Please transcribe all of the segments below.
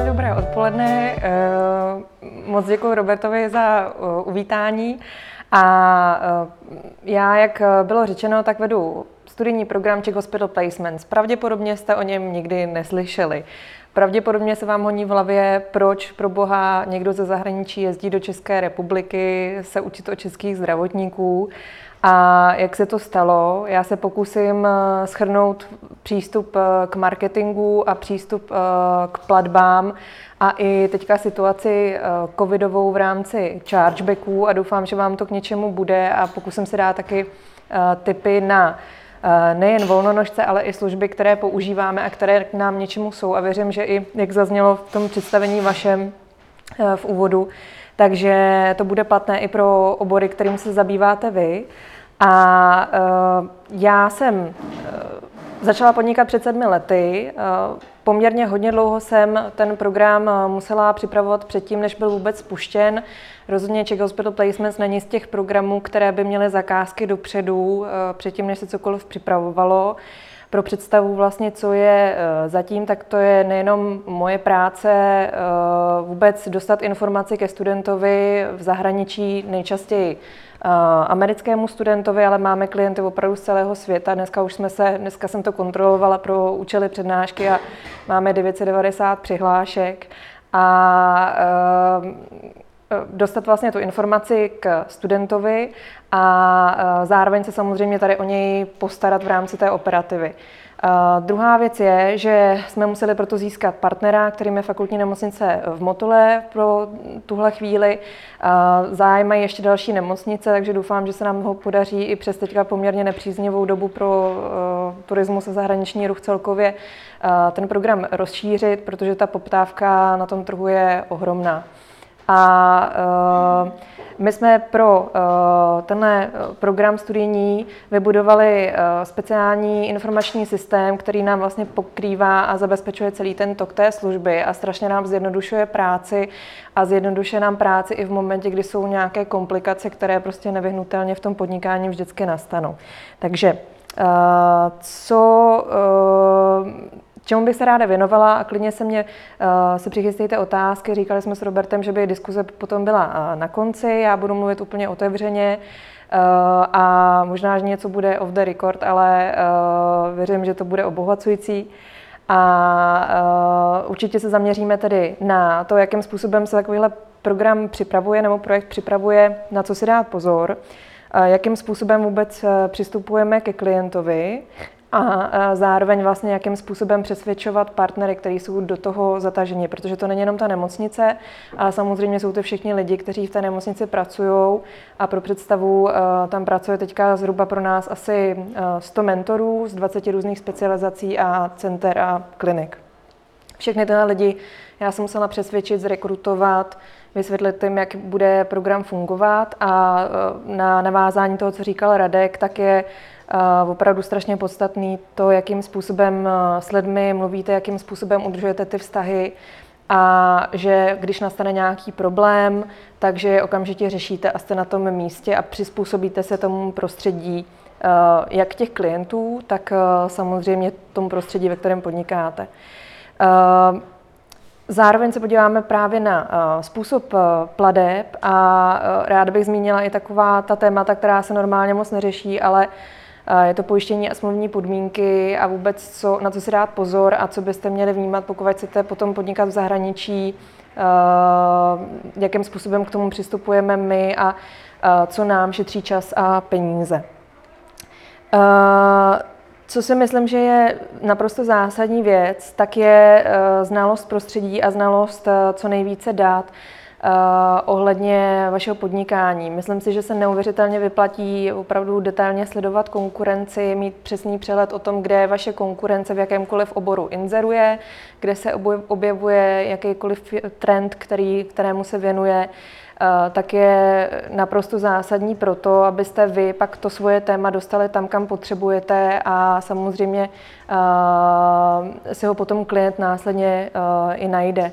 dobré odpoledne. Moc děkuji Robertovi za uvítání. A já, jak bylo řečeno, tak vedu studijní program Czech Hospital Placements. Pravděpodobně jste o něm nikdy neslyšeli. Pravděpodobně se vám honí v hlavě, proč pro boha někdo ze zahraničí jezdí do České republiky se učit o českých zdravotníků. A jak se to stalo? Já se pokusím shrnout přístup k marketingu a přístup k platbám a i teďka situaci covidovou v rámci chargebacků a doufám, že vám to k něčemu bude a pokusím se dát taky tipy na nejen volnonožce, ale i služby, které používáme a které k nám něčemu jsou. A věřím, že i, jak zaznělo v tom představení vašem v úvodu, takže to bude platné i pro obory, kterým se zabýváte vy. A já jsem začala podnikat před 7 lety. Poměrně hodně dlouho jsem ten program musela připravovat předtím, než byl vůbec spuštěn. Rozhodně Czech Hospital Placements není z těch programů, které by měly zakázky dopředu, předtím, než se cokoliv připravovalo. Pro představu vlastně, co je zatím, tak to je nejenom moje práce vůbec dostat informaci ke studentovi v zahraničí, nejčastěji americkému studentovi, ale máme klienty opravdu z celého světa. Dneska jsem to kontrolovala pro účely přednášky a máme 990 přihlášek. A dostat vlastně tu informaci k studentovi a zároveň se samozřejmě tady o něj postarat v rámci té operativy. Druhá věc je, že jsme museli proto získat partnera, kterým je Fakultní nemocnice v Motole pro tuhle chvíli. Zájem mají ještě další nemocnice, takže doufám, že se nám ho podaří i přes teďka poměrně nepříznivou dobu pro turismus a zahraniční ruch celkově ten program rozšířit, protože ta poptávka na tom trhu je ohromná. A my jsme pro tenhle program studijní vybudovali speciální informační systém, který nám vlastně pokrývá a zabezpečuje celý ten tok té služby a strašně nám zjednodušuje práci a zjednodušuje nám práci i v momentě, kdy jsou nějaké komplikace, které nevyhnutelně v tom podnikání vždycky nastanou. Takže čemu bych se ráda věnovala a klidně se přichystejte otázky. Říkali jsme s Robertem, že by diskuze potom byla na konci. Já budu mluvit úplně otevřeně a možná, že něco bude off the record, ale věřím, že to bude obohacující. A určitě se zaměříme tedy na to, jakým způsobem se takovýhle program připravuje nebo projekt připravuje, na co si dát pozor, jakým způsobem vůbec přistupujeme ke klientovi, a zároveň vlastně jakým způsobem přesvědčovat partnery, kteří jsou do toho zataženi, protože to není jenom ta nemocnice, ale samozřejmě jsou to všichni lidi, kteří v té nemocnici pracují a pro představu tam pracuje teďka zhruba pro nás asi 100 mentorů z 20 různých specializací a center a klinik. Všechny tyhle lidi já jsem musela přesvědčit, zrekrutovat, vysvětlit jim, jak bude program fungovat a na navázání toho, co říkal Radek, tak je opravdu strašně podstatný to, jakým způsobem s lidmi mluvíte, jakým způsobem udržujete ty vztahy a že když nastane nějaký problém, takže je okamžitě řešíte a jste na tom místě a přizpůsobíte se tomu prostředí jak těch klientů, tak samozřejmě tomu prostředí, ve kterém podnikáte. Zároveň se podíváme právě na způsob plateb a ráda bych zmínila i taková ta témata, která se normálně moc neřeší, ale je to pojištění a smluvní podmínky a vůbec na co si dát pozor a co byste měli vnímat, pokud chcete potom podnikat v zahraničí, jakým způsobem k tomu přistupujeme my a co nám šetří čas a peníze. Co si myslím, že je naprosto zásadní věc, tak je znalost prostředí a znalost co nejvíce dat ohledně vašeho podnikání. Myslím si, že se neuvěřitelně vyplatí opravdu detailně sledovat konkurenci, mít přesný přehled o tom, kde vaše konkurence v jakémkoliv oboru inzeruje, kde se objevuje jakýkoliv trend, kterému se věnuje, tak je naprosto zásadní pro to, abyste vy pak to svoje téma dostali tam, kam potřebujete a samozřejmě si ho potom klient následně i najde.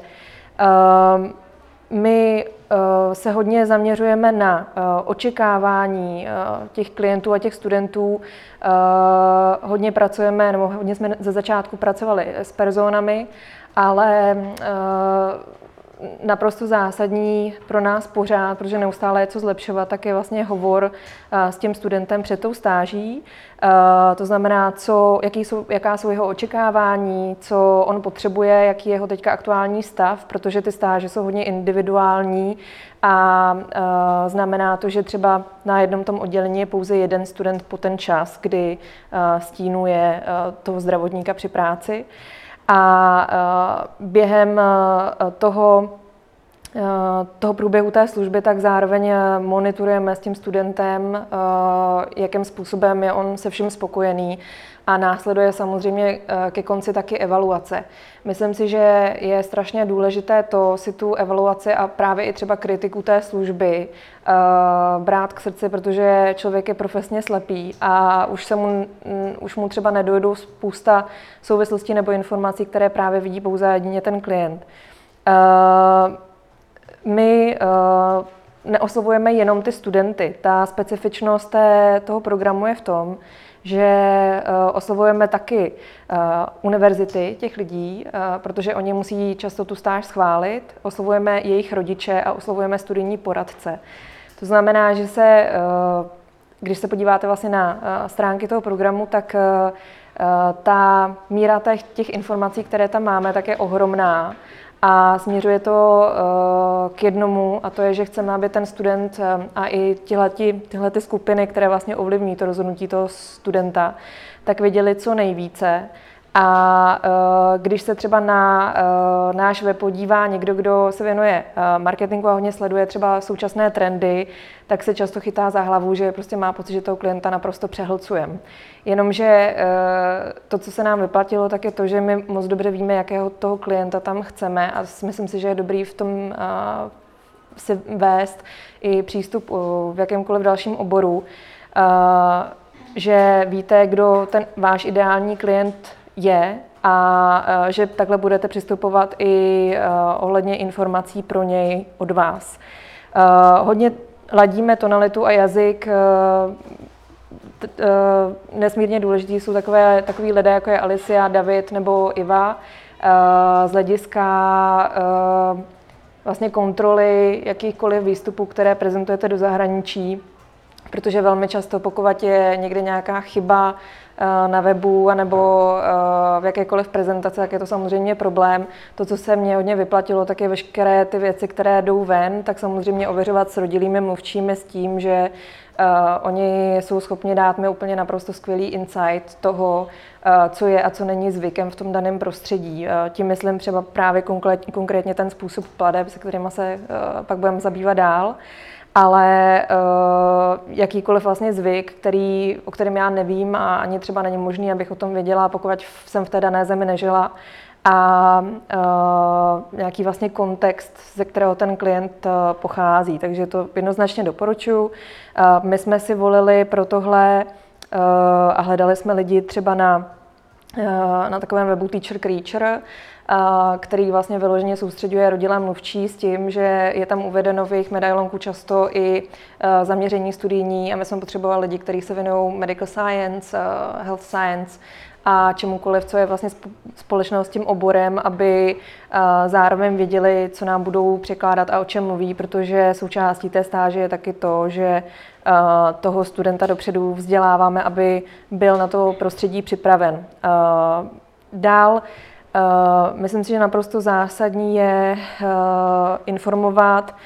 My se hodně zaměřujeme na očekávání těch klientů a těch studentů. Hodně pracujeme, nebo hodně jsme ze začátku pracovali s personami ale naprosto zásadní pro nás pořád, protože neustále je co zlepšovat, tak je vlastně hovor s tím studentem před tou stáží. To znamená, jaká jsou jeho očekávání, co on potřebuje, jaký je jeho teďka aktuální stav, protože ty stáže jsou hodně individuální a znamená to, že třeba na jednom tom oddělení je pouze jeden student po ten čas, kdy stínuje toho zdravotníka při práci. A během toho průběhu té služby tak zároveň monitorujeme s tím studentem, jakým způsobem je on se vším spokojený a následuje samozřejmě ke konci taky evaluace. Myslím si, že je strašně důležité to si tu evaluaci a právě i třeba kritiku té služby brát k srdci, protože člověk je profesně slepý a už mu třeba nedojdou spousta souvislostí nebo informací, které právě vidí pouze jedině ten klient. My neoslovujeme jenom ty studenty. Ta specifičnost toho programu je v tom, že oslovujeme taky univerzity těch lidí, protože oni musí často tu stáž schválit, oslovujeme jejich rodiče a oslovujeme studijní poradce. To znamená, že když se podíváte vlastně na stránky toho programu, tak ta míra těch informací, které tam máme, tak je ohromná. A směřuje to k jednomu, a to je, že chceme, aby ten student a i tyhle skupiny, které vlastně ovlivní to rozhodnutí toho studenta, tak věděli co nejvíce. A když se třeba na náš web podívá někdo, kdo se věnuje marketingu a hodně sleduje třeba současné trendy, tak se často chytá za hlavu, že prostě má pocit, že toho klienta naprosto přehlcujeme. Jenomže to, co se nám vyplatilo, tak je to, že my moc dobře víme, jakého toho klienta tam chceme a myslím si, že je dobrý v tom si vést i přístup v jakémkoliv dalším oboru, že víte, kdo ten váš ideální klient je a že takhle budete přistupovat i ohledně informací pro něj od vás. Hodně ladíme tonalitu a jazyk. Nesmírně důležitý jsou takový lidé, jako je Alicia, David nebo Iva, z hlediska vlastně kontroly jakýchkoliv výstupů, které prezentujete do zahraničí, protože velmi často, pokud je někde nějaká chyba na webu anebo v jakékoliv prezentaci, tak je to samozřejmě problém. To, co se mně hodně vyplatilo, tak je veškeré ty věci, které jdou ven, tak samozřejmě ověřovat s rodilými mluvčími s tím, že oni jsou schopni dát mi úplně naprosto skvělý insight toho, co je a co není zvykem v tom daném prostředí. Tím myslím třeba právě konkrétně ten způsob plateb, se kterýma se pak budeme zabývat dál. Ale jakýkoliv vlastně zvyk, o kterém já nevím a ani třeba není možný, abych o tom věděla, pokud jsem v té dané zemi nežila, a nějaký vlastně kontext, ze kterého ten klient pochází. Takže to jednoznačně doporučuji. My jsme si volili pro tohle a hledali jsme lidi třeba na takovém webu Teacher Creature, který vlastně vyloženě soustřeďuje rodilé mluvčí s tím, že je tam uvedeno v jejich medailonku často i zaměření studijní a my jsme potřebovali lidi, kteří se věnují medical science, health science a čemukoliv, co je vlastně společného s tím oborem, aby zároveň věděli, co nám budou překládat a o čem mluví, protože součástí té stáže je taky to, že toho studenta dopředu vzděláváme, aby byl na to prostředí připraven. Dál myslím si, že naprosto zásadní je informovat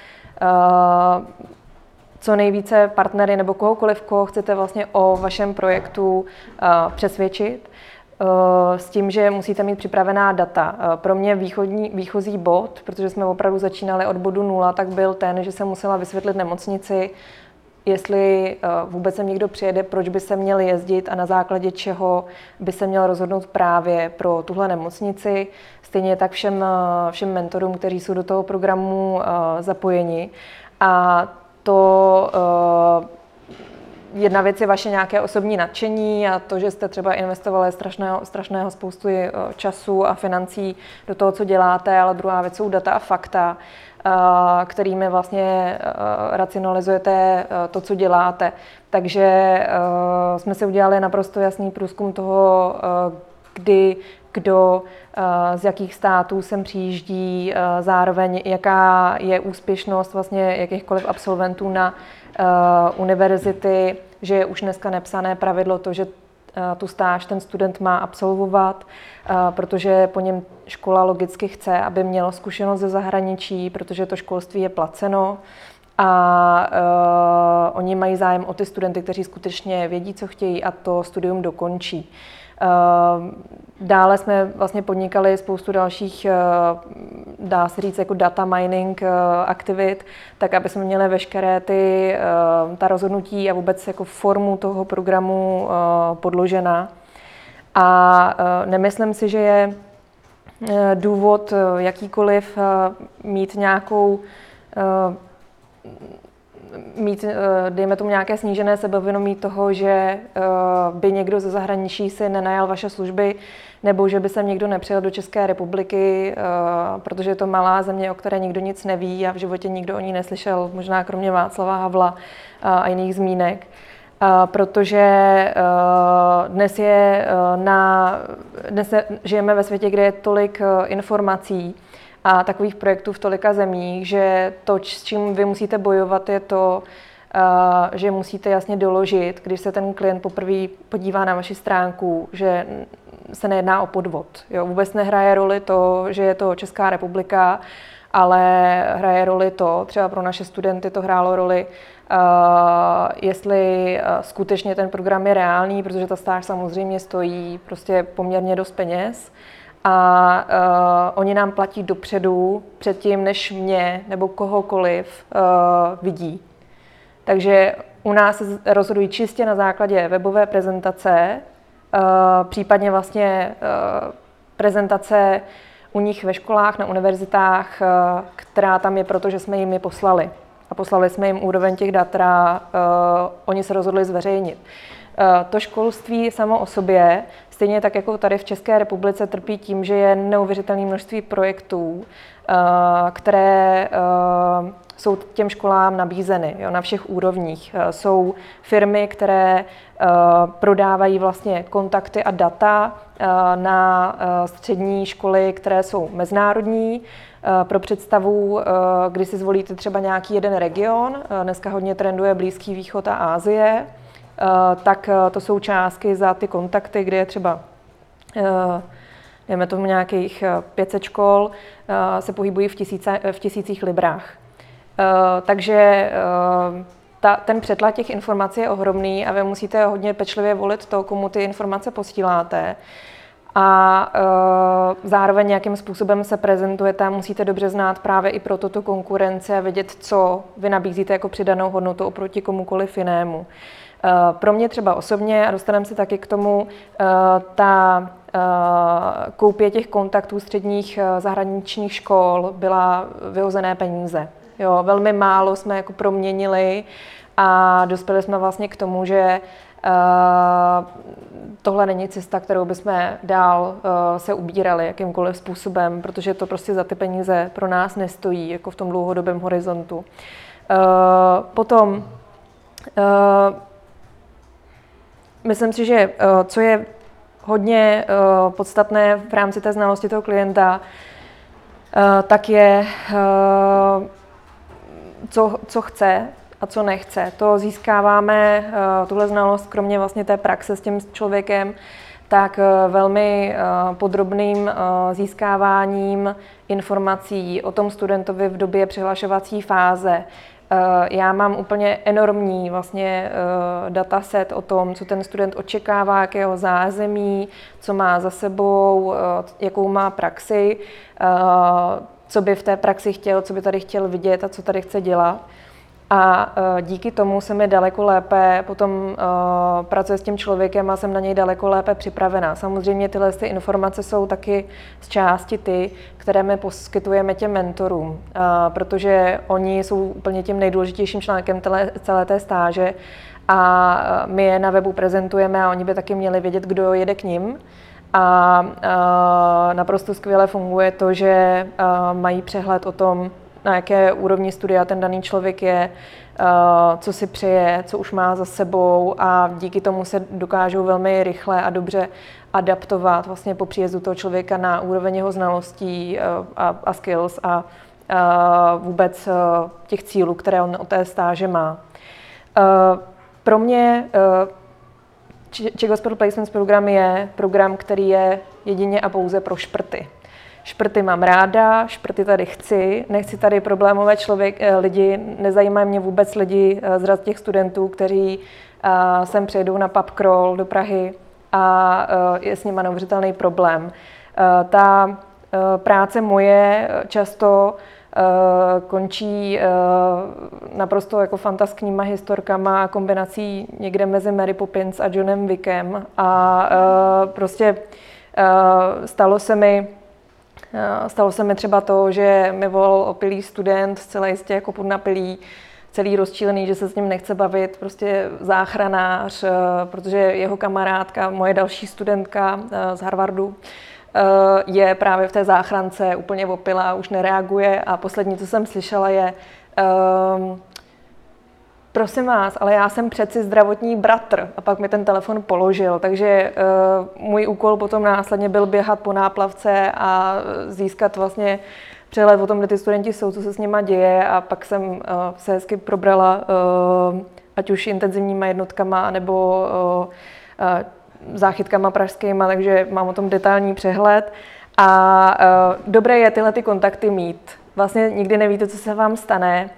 co nejvíce partnery nebo kohokoliv, koho chcete vlastně o vašem projektu přesvědčit, s tím, že musíte mít připravená data. Pro mě výchozí bod, protože jsme opravdu začínali od bodu 0, tak byl ten, že jsem musela vysvětlit nemocnici, jestli vůbec sem někdo přijede, proč by se měl jezdit a na základě čeho by se měl rozhodnout právě pro tuhle nemocnici. Stejně tak všem mentorům, kteří jsou do toho programu zapojeni. A to jedna věc je vaše nějaké osobní nadšení a to, že jste třeba investovali strašného spoustu času a financí do toho, co děláte, ale druhá věc jsou data a fakta, kterými vlastně racionalizujete to, co děláte. Takže jsme si udělali naprosto jasný průzkum toho, kdy, kdo, z jakých států sem přijíždí, zároveň jaká je úspěšnost vlastně jakýchkoliv absolventů na univerzity, že je už dneska nepsané pravidlo to, že tu stáž ten student má absolvovat, protože po něm škola logicky chce, aby měl zkušenost ze zahraničí, protože to školství je placeno a oni mají zájem o ty studenty, kteří skutečně vědí, co chtějí a to studium dokončí. Dále jsme vlastně podnikali spoustu dalších, dá se říct, jako data mining aktivit, tak aby jsme měli veškeré ta rozhodnutí a vůbec jako formu toho programu podložena. A nemyslím si, že je důvod jakýkoliv mít, dejme tomu, nějaké snížené sebevědomí toho, že by někdo ze zahraničí si nenajal vaše služby, nebo že by sem někdo nepřijel do České republiky, protože je to malá země, o které nikdo nic neví a v životě nikdo o ní neslyšel, možná kromě Václava Havla a jiných zmínek. Protože dnes žijeme ve světě, kde je tolik informací a takových projektů v tolika zemích, že to, s čím vy musíte bojovat, je to, že musíte jasně doložit, když se ten klient poprvé podívá na vaši stránku, že se nejedná o podvod. Jo, vůbec nehraje roli to, že je to Česká republika, ale hraje roli to, třeba pro naše studenty to hrálo roli, jestli skutečně ten program je reálný, protože ta stáž samozřejmě stojí prostě poměrně dost peněz. A oni nám platí dopředu, předtím, než mě nebo kohokoliv vidí. Takže u nás se rozhodují čistě na základě webové prezentace, případně vlastně prezentace u nich ve školách, na univerzitách, která tam je proto, že jsme jim ji poslali. A poslali jsme jim úroveň těch dat, která oni se rozhodli zveřejnit. To školství samo o sobě, stejně tak jako tady v České republice, trpí tím, že je neuvěřitelné množství projektů, které jsou těm školám nabízeny, jo, na všech úrovních. Jsou firmy, které prodávají vlastně kontakty a data na střední školy, které jsou mezinárodní. Pro představu, když si zvolíte třeba nějaký jeden region, dneska hodně trenduje Blízký východ a Asie, tak to jsou částky za ty kontakty, kde je třeba, dejme tomu nějakých 500 škol, se pohybují v tisících librách. Takže ten přetlak těch informací je ohromný a vy musíte hodně pečlivě volit to, komu ty informace posíláte. A zároveň nějakým způsobem se prezentujete a musíte dobře znát právě i pro toto konkurenci a vědět, co vy nabízíte jako přidanou hodnotu oproti komukoliv jinému. Pro mě třeba osobně, a dostaneme se taky k tomu, ta koupě těch kontaktů středních zahraničních škol byla vyhozené peníze. Jo, velmi málo jsme jako proměnili a dospěli jsme vlastně k tomu, že tohle není cesta, kterou bychom dál se ubírali jakýmkoliv způsobem, protože to prostě za ty peníze pro nás nestojí, jako v tom dlouhodobém horizontu. Potom myslím si, že co je hodně podstatné v rámci té znalosti toho klienta, tak je, co chce a co nechce. To získáváme, tuhle znalost, kromě vlastně té praxe s tím člověkem, tak velmi podrobným získáváním informací o tom studentovi v době přihlašovací fáze. Já mám úplně enormní vlastně dataset o tom, co ten student očekává, jakého zázemí, co má za sebou, jakou má praxi, co by v té praxi chtěl, co by tady chtěl vidět a co tady chce dělat. A díky tomu se mi daleko lépe potom pracuje s tím člověkem a jsem na něj daleko lépe připravená. Samozřejmě tyhle informace jsou taky z části ty, které my poskytujeme těm mentorům, protože oni jsou úplně tím nejdůležitějším článkem celé té stáže a my je na webu prezentujeme a oni by taky měli vědět, kdo jede k nim. A naprosto skvěle funguje to, že mají přehled o tom, na jaké úrovni studia ten daný člověk je, co si přeje, co už má za sebou a díky tomu se dokážou velmi rychle a dobře adaptovat vlastně po příjezdu toho člověka na úroveň jeho znalostí a skills a vůbec těch cílů, které on od té stáže má. Pro mě Czech Hospital Placements program je program, který je jedině a pouze pro šprty. Šprty mám ráda, šprty tady nechci tady problémové lidi, nezajímají mě vůbec lidi z řad těch studentů, kteří sem přijedou na pub crawl do Prahy a je s nimi neuvěřitelný problém. Ta práce moje často končí naprosto jako fantaskníma historkama a kombinací někde mezi Mary Poppins a Johnem Wickem a prostě stalo se mi třeba to, že mi volal opilý student, zcela jistě jako podnapilý, celý rozčílený, že se s ním nechce bavit, prostě záchranář, protože jeho kamarádka, moje další studentka z Harvardu, je právě v té záchrance úplně opilá, už nereaguje a poslední, co jsem slyšela, je prosím vás, ale já jsem přeci zdravotní bratr a pak mi ten telefon položil, takže můj úkol potom následně byl běhat po náplavce a získat vlastně přehled o tom, kde ty studenti jsou, co se s nima děje a pak jsem se hezky probrala ať už intenzivníma jednotkama nebo záchytkama pražskýma, takže mám o tom detailní přehled a dobré je tyhle ty kontakty mít. Vlastně nikdy nevíte, co se vám stane.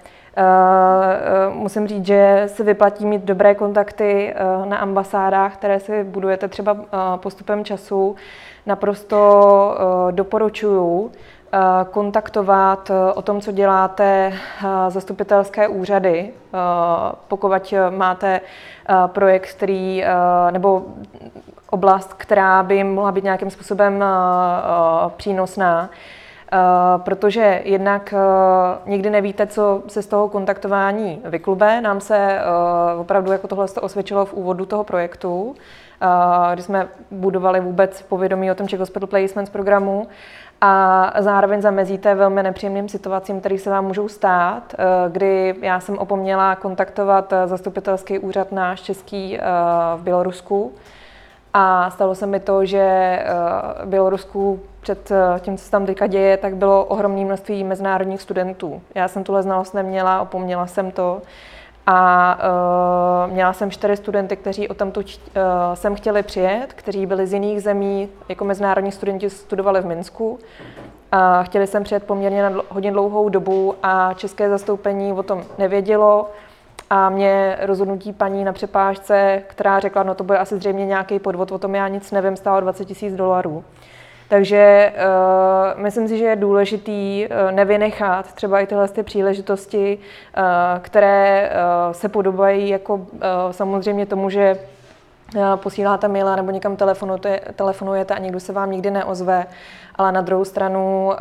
Musím říct, že se vyplatí mít dobré kontakty na ambasádách, které si budujete třeba postupem času. Naprosto doporučuju kontaktovat o tom, co děláte, zastupitelské úřady, pokud máte projekt, nebo oblast, která by mohla být nějakým způsobem přínosná. Protože jednak nikdy nevíte, co se z toho kontaktování vyklube. Nám se opravdu jako tohle osvědčilo v úvodu toho projektu, kdy jsme budovali vůbec povědomí o tom Czech Hospital Placements programu a zároveň zamezíte velmi nepříjemným situacím, které se vám můžou stát, kdy já jsem opomněla kontaktovat zastupitelský úřad náš český v Bělorusku. A stalo se mi to, že v Bělorusku před tím, co se tam teďka děje, tak bylo ohromné množství mezinárodních studentů. Já jsem tuhle znalost neměla, opomněla jsem to. A měla jsem 4 studenty, kteří odtamtud sem chtěli přijet, kteří byli z jiných zemí, jako mezinárodní studenti studovali v Minsku. A chtěli sem přijet poměrně na hodně dlouhou dobu a české zastoupení o tom nevědělo. A mě rozhodnutí paní na přepážce, která řekla, no to bude asi zřejmě nějaký podvod, o tom já nic nevím, stálo $20,000. Takže myslím si, že je důležitý nevynechat třeba i tyhle příležitosti, které se podobají jako samozřejmě tomu, že posíláte maila nebo někam telefonujete a nikdo se vám nikdy neozve, ale na druhou stranu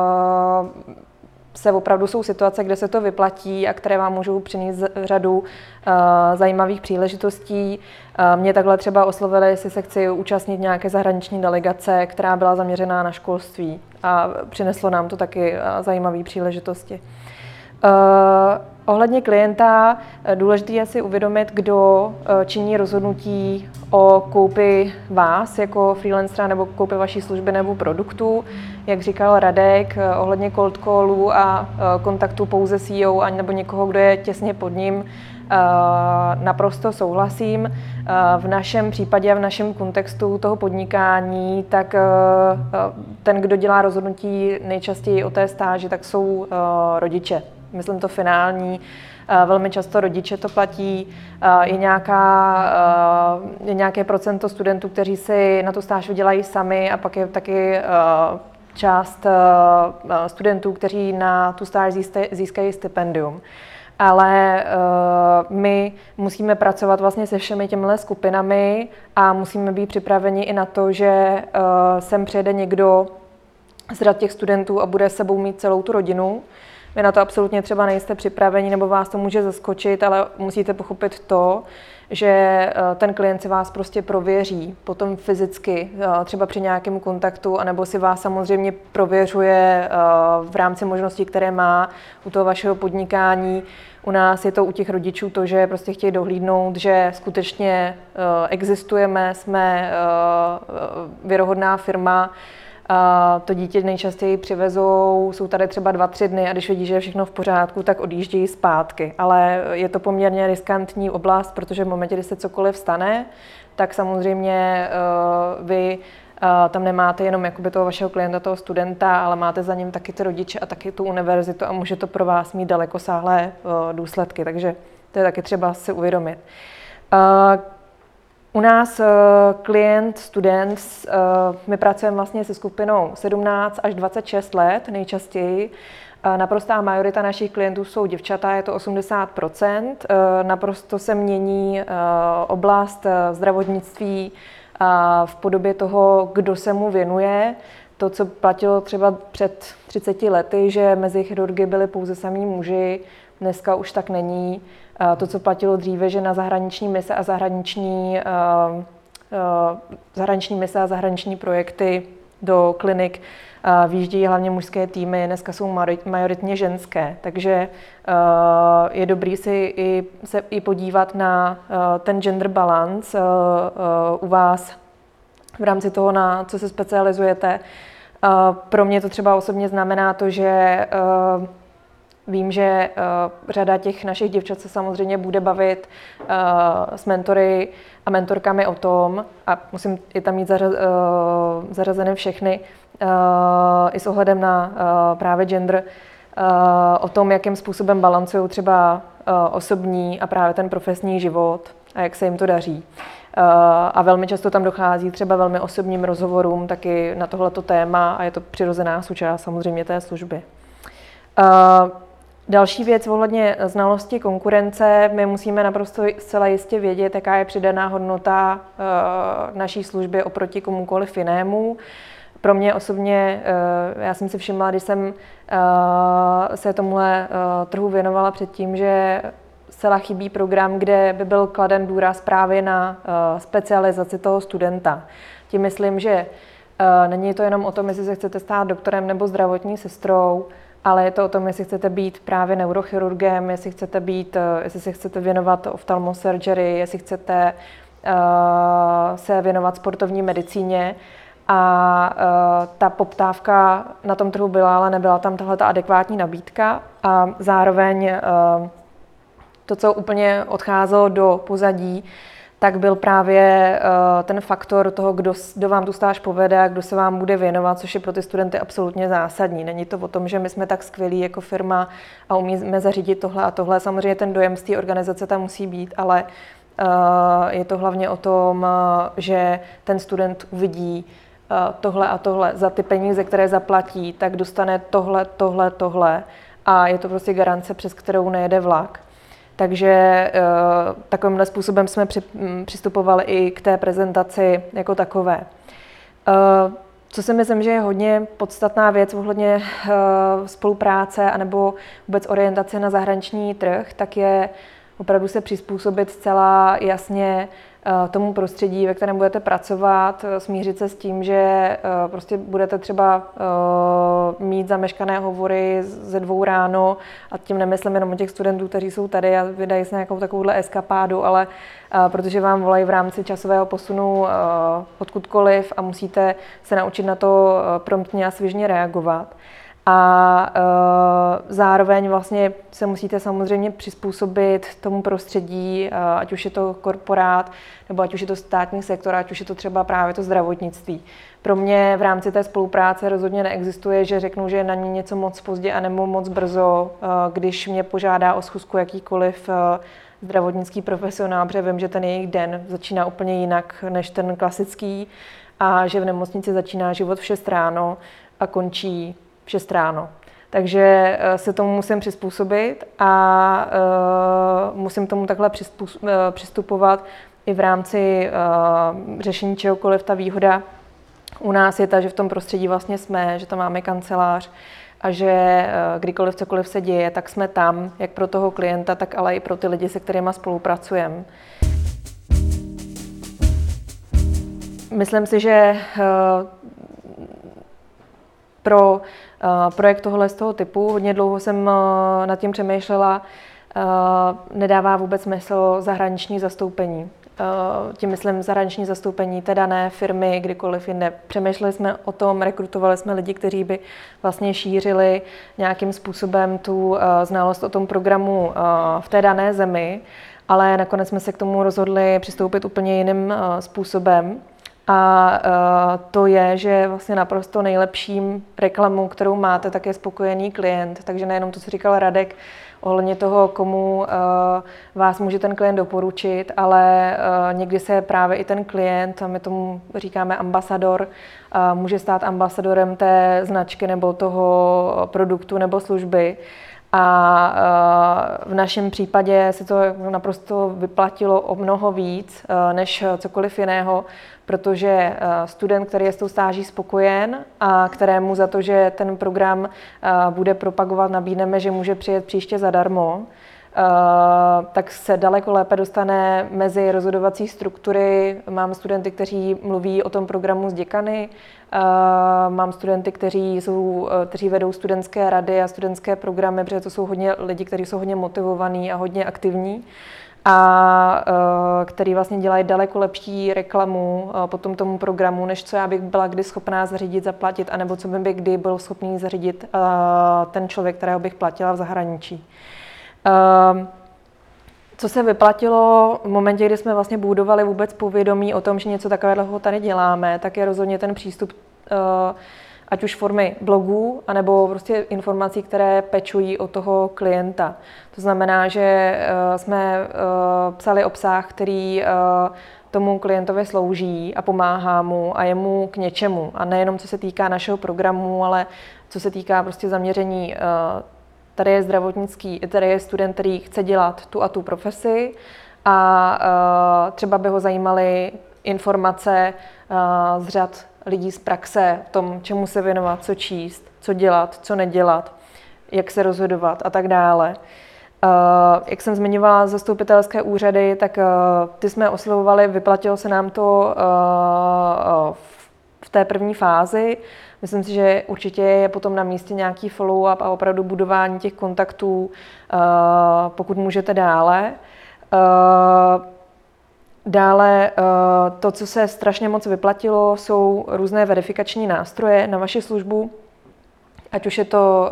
se opravdu jsou situace, kde se to vyplatí a které vám můžou přinést řadu zajímavých příležitostí. Mě takhle třeba oslovili, jestli se chci účastnit nějaké zahraniční delegace, která byla zaměřená na školství a přineslo nám to taky zajímavé příležitosti. Ohledně klienta, důležité je si uvědomit, kdo činí rozhodnutí o koupi vás jako freelancera nebo koupi vaší služby nebo produktu. Jak říkal Radek, ohledně cold callů a kontaktu pouze CEO a nebo někoho, kdo je těsně pod ním, naprosto souhlasím. V našem případě a v našem kontextu toho podnikání, tak ten, kdo dělá rozhodnutí nejčastěji o té stáži, tak jsou rodiče. Myslím to finální. Velmi často rodiče to platí. Je nějaké procento studentů, kteří si na tu stáž vydělají sami a pak je taky část studentů, kteří na tu stáž získají stipendium. Ale my musíme pracovat vlastně se všemi těmhle skupinami a musíme být připraveni i na to, že sem přijede někdo z řad těch studentů a bude s sebou mít celou tu rodinu. Vy na to absolutně třeba nejste připraveni nebo vás to může zaskočit, ale musíte pochopit to, že ten klient si vás prostě prověří potom fyzicky, třeba při nějakém kontaktu, anebo si vás samozřejmě prověřuje v rámci možností, které má u toho vašeho podnikání. U nás je to u těch rodičů to, že prostě chtějí dohlídnout, že skutečně existujeme, jsme věrohodná firma. To dítě nejčastěji přivezou, jsou tady třeba 2-3 dny a když vidí, že je všechno v pořádku, tak odjíždějí zpátky. Ale je to poměrně riskantní oblast, protože v momentě, kdy se cokoliv stane, tak samozřejmě vy tam nemáte jenom jakoby toho vašeho klienta, toho studenta, ale máte za ním taky ty rodiče a taky tu univerzitu a může to pro vás mít dalekosáhlé důsledky, takže to je taky třeba si uvědomit. U nás klient, student, my pracujeme vlastně se skupinou 17 až 26 let nejčastěji. Naprostá majorita našich klientů jsou děvčata, je to 80%. Naprosto se mění oblast zdravotnictví v podobě toho, kdo se mu věnuje. To, co platilo třeba před 30 lety, že mezi chirurgy byli pouze samí muži, dneska už tak není. To, co platilo dříve, že na zahraniční mise a zahraniční projekty do klinik vyjíždějí hlavně mužské týmy, dneska jsou majoritně ženské, takže je dobrý se i podívat na ten gender balance u vás v rámci toho, na co se specializujete. Pro mě to třeba osobně znamená to, že vím, že řada těch našich děvčat se samozřejmě bude bavit s mentory a mentorkami o tom, a musím i tam mít zařazené všechny, i s ohledem na právě gender, o tom, jakým způsobem balancují třeba osobní a právě ten profesní život a jak se jim to daří. A velmi často tam dochází třeba velmi osobním rozhovorům taky na tohleto téma a je to přirozená součást samozřejmě té služby. Další věc ohledně znalosti konkurence. My musíme naprosto zcela jistě vědět, jaká je přidaná hodnota naší služby oproti komukoliv jinému. Pro mě osobně, já jsem si všimla, když jsem se tomuhle trhu věnovala předtím, že zcela chybí program, kde by byl kladen důraz právě na specializaci toho studenta. Tím myslím, že není to jenom o tom, jestli se chcete stát doktorem nebo zdravotní sestrou, ale je to o tom, jestli chcete být právě neurochirurgem, jestli se chcete věnovat oftalmosurgery, jestli chcete se věnovat sportovní medicíně. A ta poptávka na tom trhu byla, ale nebyla tam tahleta adekvátní nabídka. A zároveň to, co úplně odcházelo do pozadí, tak byl právě ten faktor toho, kdo vám tu stáž povede a kdo se vám bude věnovat, což je pro ty studenty absolutně zásadní. Není to o tom, že my jsme tak skvělí jako firma a umíme zařídit tohle a tohle. Samozřejmě ten dojem z té organizace tam musí být, ale je to hlavně o tom, že ten student uvidí tohle a tohle za ty peníze, které zaplatí, tak dostane tohle a je to prostě garance, přes kterou nejede vlak. Takže takovýmhle způsobem jsme přistupovali i k té prezentaci jako takové. Co si myslím, že je hodně podstatná věc ohledně spolupráce anebo vůbec orientace na zahraniční trh, tak je opravdu se přizpůsobit zcela jasně tomu prostředí, ve kterém budete pracovat, smířit se s tím, že prostě budete třeba mít zameškané hovory ze 2 ráno, a tím nemyslím jenom o těch studentů, kteří jsou tady a vydají se nějakou takovouhle eskapádu, ale protože vám volají v rámci časového posunu odkudkoliv a musíte se naučit na to promptně a svižně reagovat. A zároveň vlastně se musíte samozřejmě přizpůsobit tomu prostředí, ať už je to korporát, nebo ať už je to státní sektor, ať už je to třeba právě to zdravotnictví. Pro mě v rámci té spolupráce rozhodně neexistuje, že řeknu, že je na mě něco moc pozdě a nebo moc brzo, když mě požádá o schůzku jakýkoliv zdravotnický profesionál, protože vím, že ten jejich den začíná úplně jinak než ten klasický a že v nemocnici začíná život v 6 ráno a končí v 6 ráno. Takže se tomu musím přizpůsobit a musím tomu takhle přistupovat i v rámci řešení čehokoliv. Ta výhoda u nás je ta, že v tom prostředí vlastně jsme, že tam máme kancelář a že kdykoliv cokoliv se děje, tak jsme tam, jak pro toho klienta, tak ale i pro ty lidi, se kterými spolupracujeme. Myslím si, že pro projekt tohle z toho typu, hodně dlouho jsem nad tím přemýšlela, nedává vůbec smysl zahraniční zastoupení. Tím myslím zahraniční zastoupení té dané firmy kdykoliv jinde. Přemýšleli jsme o tom, rekrutovali jsme lidi, kteří by vlastně šířili nějakým způsobem tu znalost o tom programu v té dané zemi, ale nakonec jsme se k tomu rozhodli přistoupit úplně jiným způsobem. A to je, že vlastně naprosto nejlepším reklamou, kterou máte, tak je spokojený klient. Takže nejenom to, co říkal Radek, ohledně toho, komu vás může ten klient doporučit, ale někdy se právě i ten klient, a my tomu říkáme ambasador, může stát ambasadorem té značky nebo toho produktu nebo služby. A v našem případě se to naprosto vyplatilo o mnoho víc než cokoliv jiného, protože student, který je s tou stáží spokojen a kterému za to, že ten program bude propagovat, nabídneme, že může přijet příště zadarmo, tak se daleko lépe dostane mezi rozhodovací struktury. Mám studenty, kteří mluví o tom programu s děkany, mám studenty, kteří vedou studentské rady a studentské programy, protože to jsou hodně lidi, kteří jsou hodně motivovaní a hodně aktivní a který vlastně dělají daleko lepší reklamu potom tomu programu, než co já bych byla kdy schopná zařídit, zaplatit, anebo co by kdy byl schopný zařídit ten člověk, kterého bych platila v zahraničí. Co se vyplatilo v momentě, kdy jsme vlastně budovali vůbec povědomí o tom, že něco takového tady děláme, tak je rozhodně ten přístup, ať už formy blogů, anebo prostě informací, které pečují o toho klienta. To znamená, že jsme psali obsah, který tomu klientovi slouží a pomáhá mu a je mu k něčemu. A nejenom co se týká našeho programu, ale co se týká prostě zaměření. Tady je student, který chce dělat tu a tu profesi a třeba by ho zajímaly informace z řad lidí z praxe o tom, čemu se věnovat, co číst, co dělat, co nedělat, jak se rozhodovat a tak dále. Jak jsem zmiňovala zastupitelské úřady, tak ty jsme oslovovali, vyplatilo se nám to v té první fázi. Myslím si, že určitě je potom na místě nějaký follow-up a opravdu budování těch kontaktů, pokud můžete dále. Dále to, co se strašně moc vyplatilo, jsou různé verifikační nástroje na vaši službu, ať už je to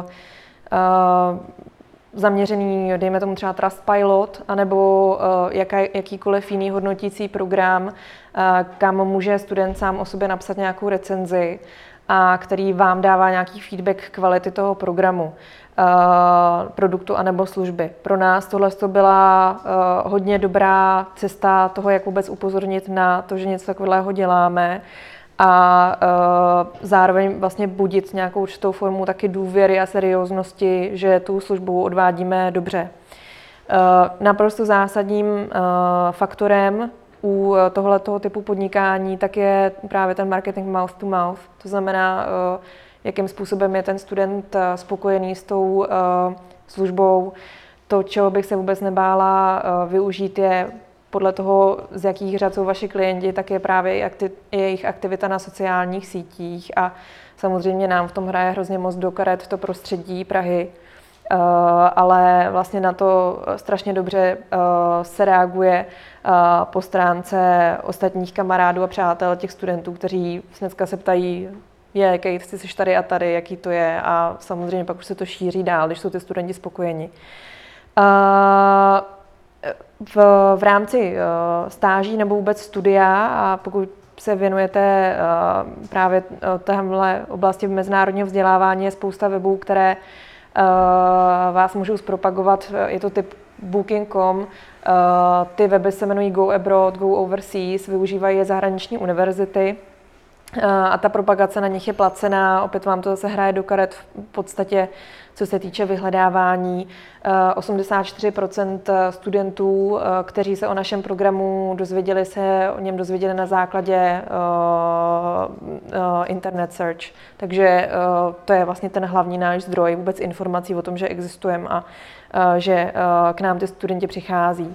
zaměřený, dejme tomu třeba Trustpilot, anebo jakýkoliv jiný hodnotící program, kam může student sám o sobě napsat nějakou recenzi a který vám dává nějaký feedback kvality toho programu, produktu anebo služby. Pro nás tohle byla hodně dobrá cesta toho, jak vůbec upozornit na to, že něco takového děláme a zároveň vlastně budit nějakou určitou formu taky důvěry a serióznosti, že tu službu odvádíme dobře. Naprosto zásadním faktorem u tohoto typu podnikání tak je právě ten marketing mouth to mouth. To znamená, jakým způsobem je ten student spokojený s tou službou. To, čeho bych se vůbec nebála využít, je podle toho, z jakých řad jsou vaši klienti, tak je právě jejich aktivita na sociálních sítích a samozřejmě nám v tom hraje hrozně moc do karet to prostředí Prahy, ale vlastně na to strašně dobře se reaguje po stránce ostatních kamarádů a přátel těch studentů, kteří dneska se ptají, Kate, ty jsi tady a tady, jaký to je a samozřejmě pak už se to šíří dál, když jsou ty studenti spokojeni. V rámci stáží nebo vůbec studia a pokud se věnujete právě téhle oblasti mezinárodního vzdělávání, je spousta webů, které vás můžou zpropagovat. Je to typ Booking.com. Ty weby se jmenují Go Abroad, Go Overseas, využívají je zahraniční univerzity a ta propagace na nich je placená. Opět vám to zase hraje do karet. V podstatě co se týče vyhledávání. 84% studentů, kteří se o našem programu dozvěděli, se o něm dozvěděli na základě internet search. Takže to je vlastně ten hlavní náš zdroj vůbec informací o tom, že existujeme a že k nám ty studenti přichází.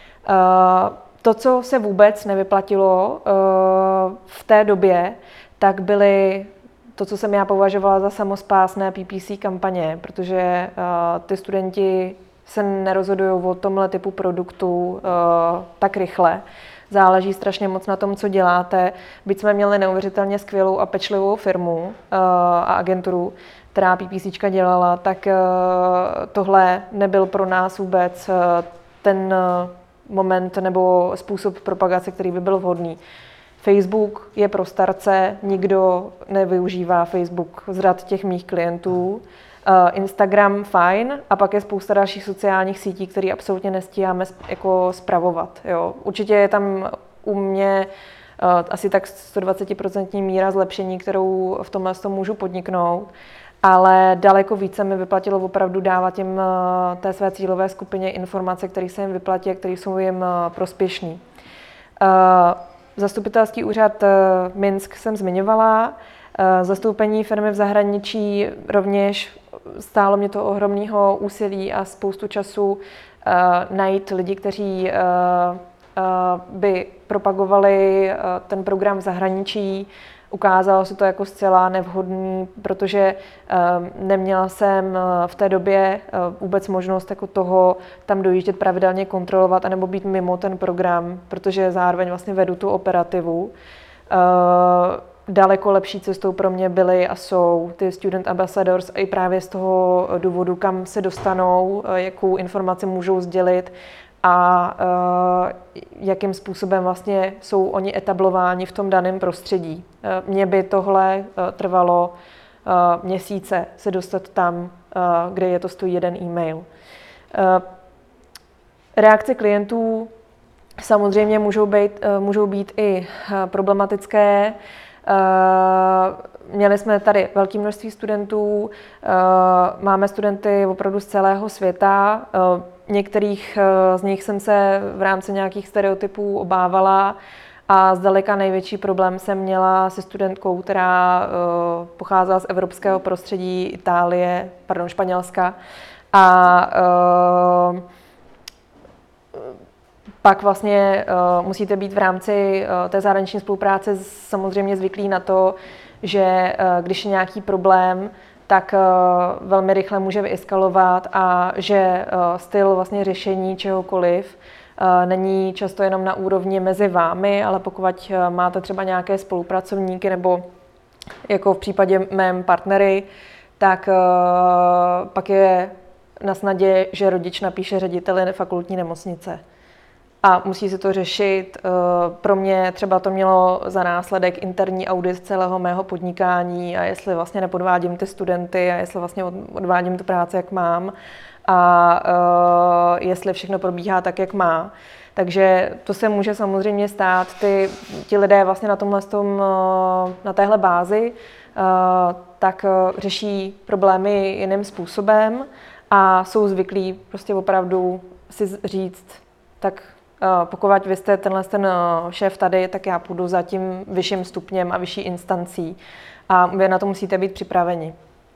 To, co se vůbec nevyplatilo v té době, tak byly to, co jsem já považovala za samospásné PPC kampaně, protože ty studenti se nerozhodují o tomhle typu produktu tak rychle. Záleží strašně moc na tom, co děláte. Byť jsme měli neuvěřitelně skvělou a pečlivou firmu a agenturu, která PPCčka dělala, tak tohle nebyl pro nás vůbec ten moment nebo způsob propagace, který by byl vhodný. Facebook je pro starce, nikdo nevyužívá Facebook z řad těch mých klientů. Instagram fajn a pak je spousta dalších sociálních sítí, které absolutně nestíháme jako spravovat. Jo. Určitě je tam u mě asi tak 120% míra zlepšení, kterou v tomhle můžu podniknout, ale daleko více mi vyplatilo opravdu dávat jim té své cílové skupině informace, které se jim vyplatí a které jsou jim prospěšné. Zastupitelský úřad Minsk jsem zmiňovala, zastoupení firmy v zahraničí rovněž stálo mě to ohromného úsilí a spoustu času najít lidi, kteří by propagovali ten program v zahraničí. Ukázalo se to jako zcela nevhodný, protože neměla jsem v té době vůbec možnost jako toho tam dojíždět pravidelně kontrolovat anebo být mimo ten program, protože zároveň vlastně vedu tu operativu. Daleko lepší cestou pro mě byly a jsou ty student ambassadors i právě z toho důvodu, kam se dostanou, jakou informaci můžou sdělit a jakým způsobem vlastně jsou oni etablováni v tom daném prostředí. Mně by tohle trvalo měsíce se dostat tam, kde je to stojí jeden e-mail. Reakce klientů samozřejmě můžou být i problematické. Měli jsme tady velké množství studentů, máme studenty opravdu z celého světa. Některých z nich jsem se v rámci nějakých stereotypů obávala a zdaleka největší problém jsem měla se studentkou, která pocházela z evropského prostředí Španělska a pak vlastně musíte být v rámci té zahraniční spolupráce samozřejmě zvyklí na to, že když je nějaký problém, tak velmi rychle může vyeskalovat a že styl vlastně řešení čehokoliv není často jenom na úrovni mezi vámi, ale pokud máte třeba nějaké spolupracovníky nebo jako v případě mém partnery, tak pak je na snadě, že rodič napíše řediteli fakultní nemocnice. A musí se to řešit. Pro mě třeba to mělo za následek interní audit celého mého podnikání a jestli vlastně nepodvádím ty studenty a jestli vlastně odvádím tu práci, jak mám a jestli všechno probíhá tak, jak má. Takže to se může samozřejmě stát. Ti lidé vlastně na téhle bázi tak řeší problémy jiným způsobem a jsou zvyklí prostě opravdu si říct, tak pokud vy jste ten šéf tady, tak já půjdu za tím vyšším stupněm a vyšší instancí a vy na to musíte být připraveni.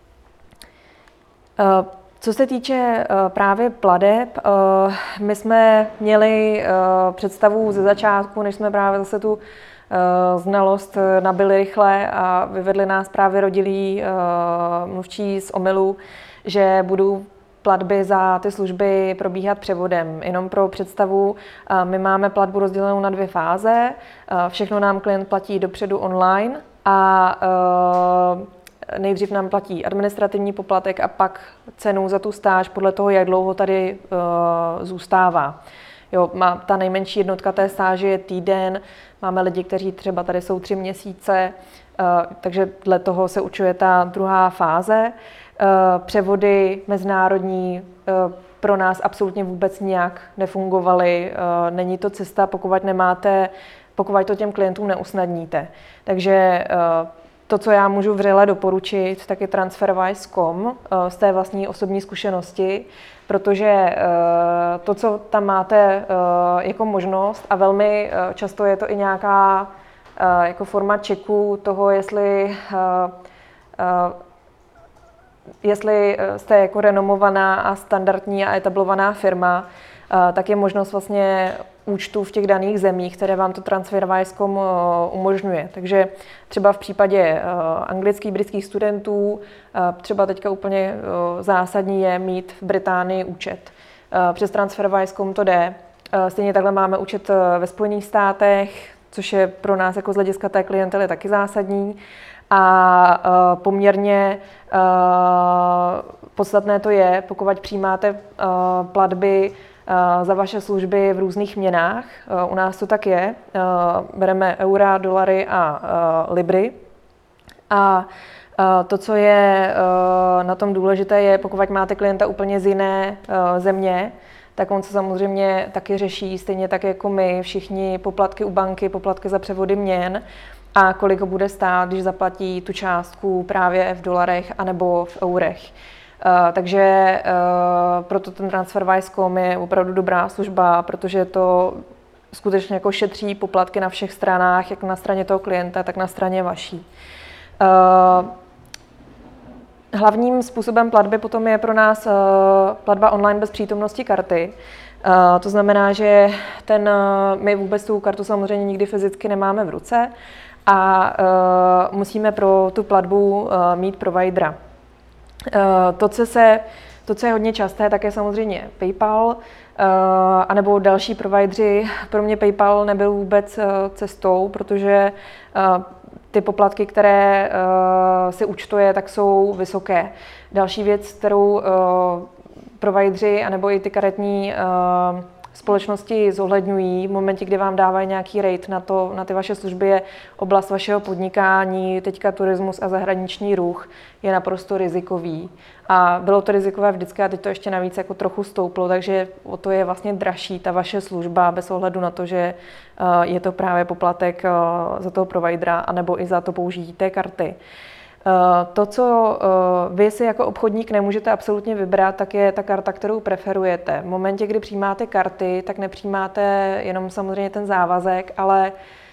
Co se týče právě plateb, my jsme měli představu ze začátku, než jsme právě zase tu znalost nabili rychle a vyvedli nás právě rodilí mluvčí z Omylu, že budou platby za ty služby probíhat převodem. Jenom pro představu, my máme platbu rozdělenou na 2 fáze. Všechno nám klient platí dopředu online a nejdřív nám platí administrativní poplatek a pak cenu za tu stáž podle toho, jak dlouho tady zůstává. Jo, ta nejmenší jednotka té stáže je týden, máme lidi, kteří třeba tady jsou 3 měsíce, takže dle toho se určuje ta druhá fáze. Převody mezinárodní pro nás absolutně vůbec nijak nefungovaly. Není to cesta, pokud to těm klientům neusnadníte. Takže To, co já můžu vřele doporučit, tak je TransferWise.com z té vlastní osobní zkušenosti, protože to, co tam máte jako možnost, a velmi často je to i nějaká jako forma checku toho, jestli jste jako renomovaná a standardní a etablovaná firma, tak je možnost vlastně účtu v těch daných zemích, které vám to TransferWise.com umožňuje. Takže třeba v případě anglických, britských studentů třeba teďka úplně zásadní je mít v Británii účet. Přes TransferWise.com to jde. Stejně takhle máme účet ve Spojených státech, což je pro nás jako z hlediska té klientely taky zásadní. A poměrně podstatné to je, pokud přijímáte platby za vaše služby v různých měnách. U nás to tak je. Bereme eura, dolary a libry. A to, co je na tom důležité, je, pokud máte klienta úplně z jiné země, tak on se samozřejmě taky řeší, stejně tak jako my, všichni poplatky u banky, poplatky za převody měn a kolik ho bude stát, když zaplatí tu částku právě v dolarech anebo v eurech. Takže proto ten TransferWise.com je opravdu dobrá služba, protože to skutečně jako šetří poplatky na všech stranách, jak na straně toho klienta, tak na straně vaší. Hlavním způsobem platby potom je pro nás platba online bez přítomnosti karty. To znamená, že my vůbec tu kartu samozřejmě nikdy fyzicky nemáme v ruce a musíme pro tu platbu mít providera. To, co je hodně časté, tak je samozřejmě PayPal, anebo další provideři. Pro mě PayPal nebyl vůbec cestou, protože ty poplatky, které si účtuje, tak jsou vysoké. Další věc, kterou provideři, anebo i ty karetní společnosti zohledňují v momentě, kdy vám dávají nějaký rate na ty vaše služby, je oblast vašeho podnikání, teďka turismus a zahraniční ruch je naprosto rizikový. A bylo to rizikové vždycky a teď to ještě navíc jako trochu stouplo, takže o to je vlastně dražší ta vaše služba bez ohledu na to, že je to právě poplatek za toho providera anebo i za to použití té karty. To, co vy si jako obchodník nemůžete absolutně vybrat, tak je ta karta, kterou preferujete. V momentě, kdy přijímáte karty, tak nepřijímáte jenom samozřejmě ten závazek, ale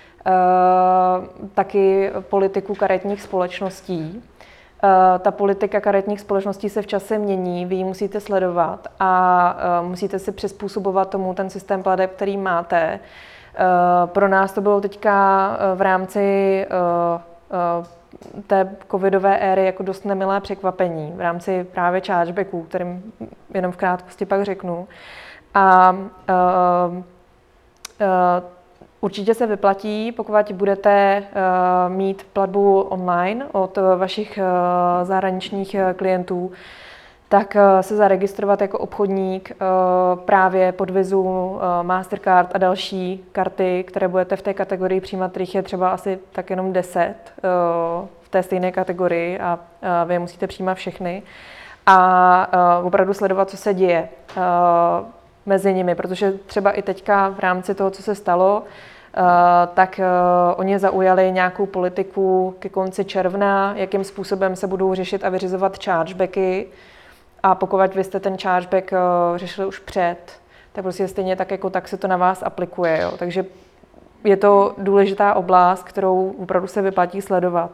taky politiku karetních společností. Ta politika karetních společností se v čase mění, vy ji musíte sledovat a musíte si přizpůsobovat tomu ten systém plateb, který máte. Pro nás to bylo teďka v rámci té covidové éry jako dost nemilé překvapení v rámci právě chargebacků, kterým jenom v krátkosti pak řeknu. A určitě se vyplatí, pokud budete mít platbu online od vašich zahraničních klientů, tak se zaregistrovat jako obchodník právě pod Visu, Mastercard a další karty, které budete v té kategorii přijímat, kterých je třeba asi tak jenom 10 v té stejné kategorii a vy je musíte přijímat všechny. A opravdu sledovat, co se děje mezi nimi, protože třeba i teďka v rámci toho, co se stalo, tak oni zaujali nějakou politiku ke konci června, jakým způsobem se budou řešit a vyřizovat chargebacky. A pokud vy jste ten chargeback řešili už před, tak prostě stejně tak jako tak se to na vás aplikuje. Jo. Takže je to důležitá oblast, kterou opravdu se vyplatí sledovat.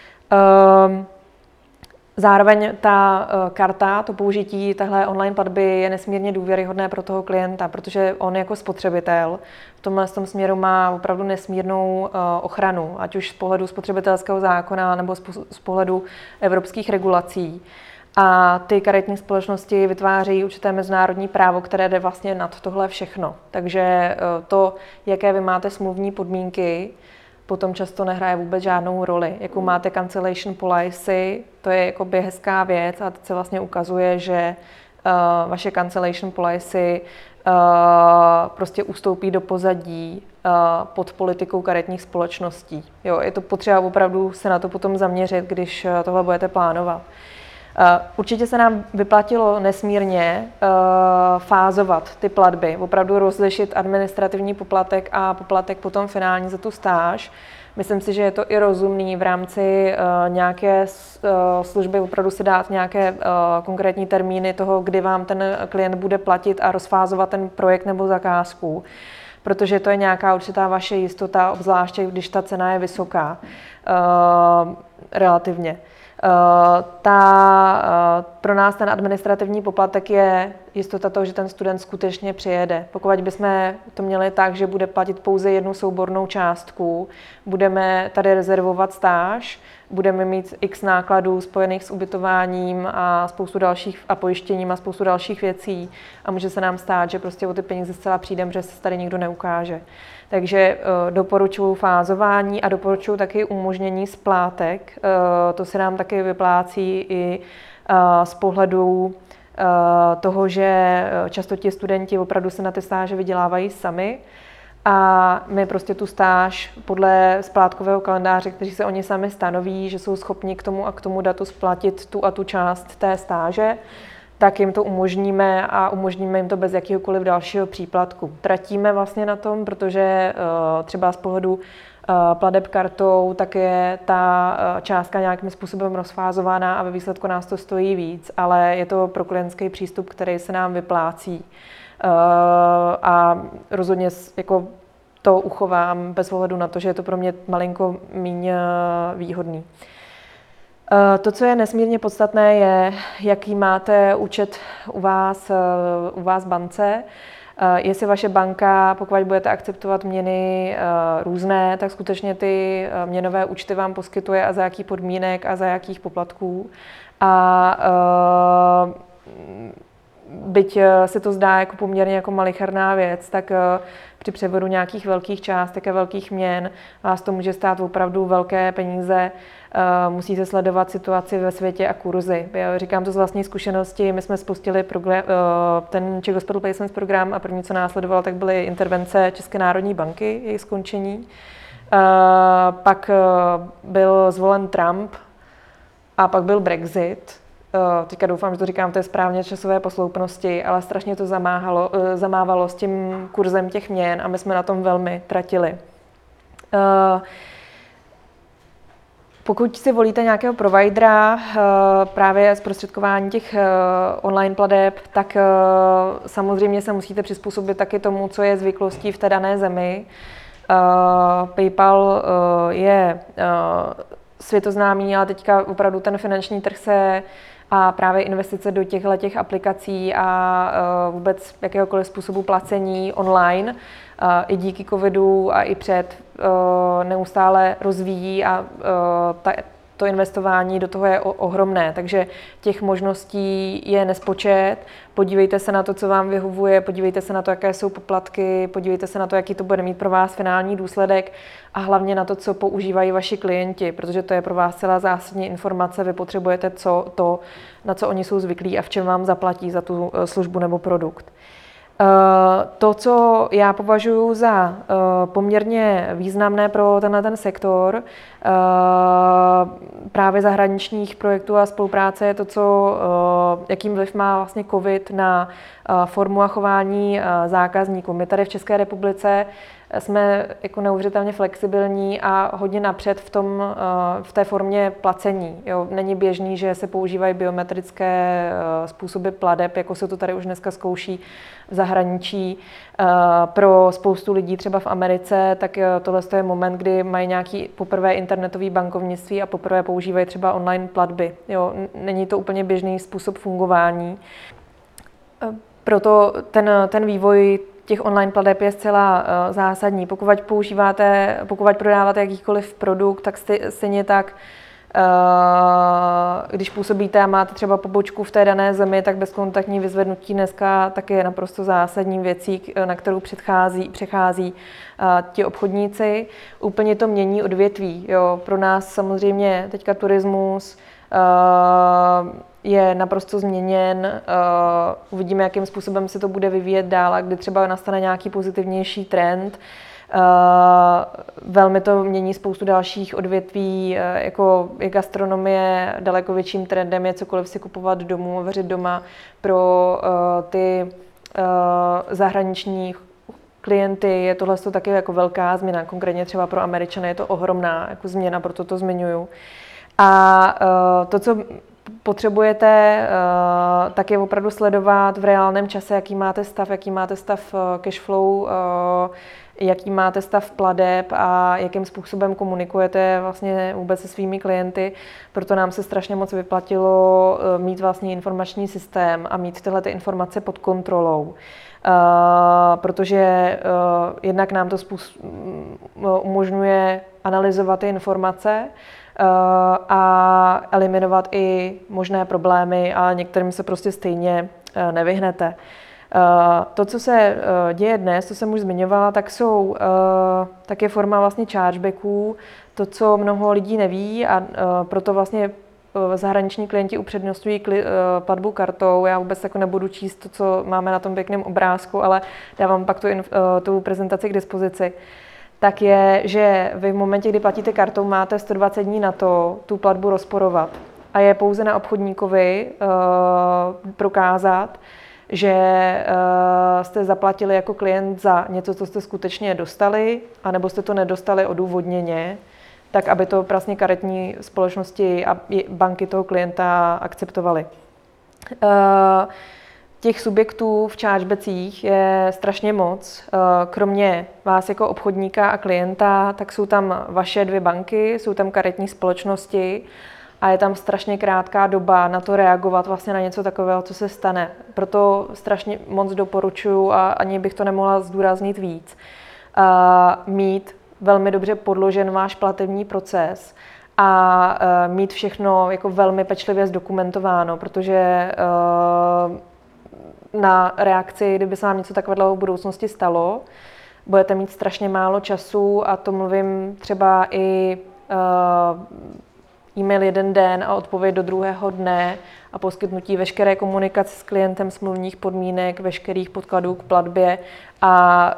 Zároveň ta karta, to použití téhle online platby je nesmírně důvěryhodné pro toho klienta, protože on jako spotřebitel v tomhle směru má opravdu nesmírnou ochranu, ať už z pohledu spotřebitelského zákona nebo z pohledu evropských regulací. A ty karetní společnosti vytváří určité mezinárodní právo, které jde vlastně nad tohle všechno. Takže to, jaké vy máte smluvní podmínky, potom často nehraje vůbec žádnou roli. Jakou máte cancellation policy, to je jako hezká věc a teď se vlastně ukazuje, že vaše cancellation policy prostě ustoupí do pozadí pod politikou karetních společností. Jo, je to potřeba opravdu se na to potom zaměřit, když tohle budete plánovat. Určitě se nám vyplatilo nesmírně fázovat ty platby, opravdu rozlišit administrativní poplatek a poplatek potom finální za tu stáž, Myslím si, že je to i rozumný v rámci nějaké služby opravdu si dát nějaké konkrétní termíny toho, kdy vám ten klient bude platit a rozfázovat ten projekt nebo zakázku, protože to je nějaká určitá vaše jistota, obzvláště když ta cena je vysoká relativně. Pro nás ten administrativní poplatek je jistota toho, že ten student skutečně přijede. Pokud bychom to měli tak, že bude platit pouze jednu soubornou částku, budeme tady rezervovat stáž, budeme mít x nákladů spojených s ubytováním a spoustu dalších a pojištěním a spoustu dalších věcí a může se nám stát, že prostě o ty peníze zcela přijdeme, že se tady nikdo neukáže. Takže doporučuji fázování a doporučuji taky umožnění splátek. To se nám taky vyplácí i z pohledu toho, že často ti studenti opravdu se na ty stáže vydělávají sami a my prostě tu stáž podle splátkového kalendáře, kteří se oni sami stanoví, že jsou schopni k tomu a k tomu datu splatit tu a tu část té stáže, tak jim to umožníme a umožníme jim to bez jakéhokoliv dalšího příplatku. Tratíme vlastně na tom, protože třeba z pohledu plateb kartou, tak je ta částka nějakým způsobem rozfázovaná a ve výsledku nás to stojí víc, ale je to pro klientský přístup, který se nám vyplácí. A rozhodně jako to uchovám bez ohledu na to, že je to pro mě malinko míň výhodný. To, co je nesmírně podstatné, je, jaký máte účet u vás v bance. Jestli vaše banka, pokud budete akceptovat měny různé, tak skutečně ty měnové účty vám poskytuje a za jakých podmínek a za jakých poplatků. A byť se to zdá jako poměrně jako malicherná věc, tak při převodu nějakých velkých částek a velkých měn vás to může stát opravdu velké peníze. Musíte sledovat situaci ve světě a kurzy. Já říkám to z vlastní zkušenosti. My jsme spustili ten Czech Hospital Placements program a první, co následovalo, tak byly intervence České národní banky, jejich skončení. Pak byl zvolen Trump a pak byl Brexit. Teďka doufám, že to říkám, to je správně časové posloupnosti, ale strašně to zamávalo s tím kurzem těch měn a my jsme na tom velmi tratili. Pokud si volíte nějakého providera právě zprostředkování těch online plateb, tak samozřejmě se musíte přizpůsobit taky tomu, co je zvyklostí v té dané zemi. PayPal je světoznámý, ale teďka opravdu ten finanční trh a právě investice do těchto aplikací a vůbec jakéhokoliv způsobu placení online i díky covidu a i před neustále rozvíjí a to investování do toho je ohromné, takže těch možností je nespočet. Podívejte se na to, co vám vyhovuje, podívejte se na to, jaké jsou poplatky, podívejte se na to, jaký to bude mít pro vás finální důsledek a hlavně na to, co používají vaši klienti, protože to je pro vás celá zásadní informace. Vy potřebujete na co oni jsou zvyklí a v čem vám zaplatí za tu službu nebo produkt. To, co já považuji za poměrně významné pro ten sektor právě zahraničních projektů a spolupráce, je to, jaký vliv má vlastně COVID na formu a chování zákazníků. My tady v České republice jsme jako neuvěřitelně flexibilní a hodně napřed v té formě placení. Jo. Není běžný, že se používají biometrické způsoby plateb, jako se to tady už dneska zkouší v zahraničí. Pro spoustu lidí třeba v Americe, tak tohle je moment, kdy mají nějaký poprvé internetový bankovnictví a poprvé používají třeba online platby. Jo. Není to úplně běžný způsob fungování. Proto ten vývoj těch online plateb je zcela zásadní. Pokud prodáváte jakýkoliv produkt, tak stejně tak, když působíte a máte třeba pobočku v té dané zemi, tak bezkontaktní vyzvednutí dneska taky je naprosto zásadní věcí, na kterou přechází ti obchodníci. Úplně to mění odvětví. Jo. Pro nás samozřejmě teďka turismus je naprosto změněn. Uvidíme, jakým způsobem se to bude vyvíjet dál a kdy třeba nastane nějaký pozitivnější trend. Velmi to mění spoustu dalších odvětví, jako je gastronomie, daleko větším trendem je cokoliv si kupovat domů, vařit doma pro ty zahraniční klienty je tohle taky jako velká změna, konkrétně třeba pro Američany je to ohromná jako změna, proto to zmiňuju. A to, co potřebujete, tak je opravdu sledovat v reálném čase, jaký máte stav cash flow, jaký máte stav plateb a jakým způsobem komunikujete vlastně vůbec se svými klienty. Proto nám se strašně moc vyplatilo mít vlastně informační systém a mít tyhle ty informace pod kontrolou. Protože jednak nám to umožňuje analyzovat ty informace a eliminovat i možné problémy a některým se prostě stejně nevyhnete. To, co se děje dnes, co jsem už zmiňovala, tak je forma vlastně chargebacků, to, co mnoho lidí neví a proto vlastně zahraniční klienti upřednostňují platbu kartou. Já vůbec jako nebudu číst to, co máme na tom pěkném obrázku, ale dávám pak tu prezentaci k dispozici. Tak je, že vy v momentě, kdy platíte kartou, máte 120 dní na to tu platbu rozporovat. A je pouze na obchodníkovi prokázat, že jste zaplatili jako klient za něco, co jste skutečně dostali, anebo jste to nedostali odůvodněně, tak aby to vlastně karetní společnosti a banky toho klienta akceptovaly. Těch subjektů v chargebacích je strašně moc. Kromě vás jako obchodníka a klienta, tak jsou tam vaše 2 banky, jsou tam karetní společnosti a je tam strašně krátká doba na to reagovat vlastně na něco takového, co se stane. Proto strašně moc doporučuji a ani bych to nemohla zdůraznit víc. Mít velmi dobře podložen váš platební proces a mít všechno jako velmi pečlivě zdokumentováno, protože na reakci, kdyby se vám něco takového v budoucnosti stalo, budete mít strašně málo času a to mluvím třeba i e-mail jeden den a odpověď do druhého dne a poskytnutí veškeré komunikace s klientem, smluvních podmínek, veškerých podkladů k platbě a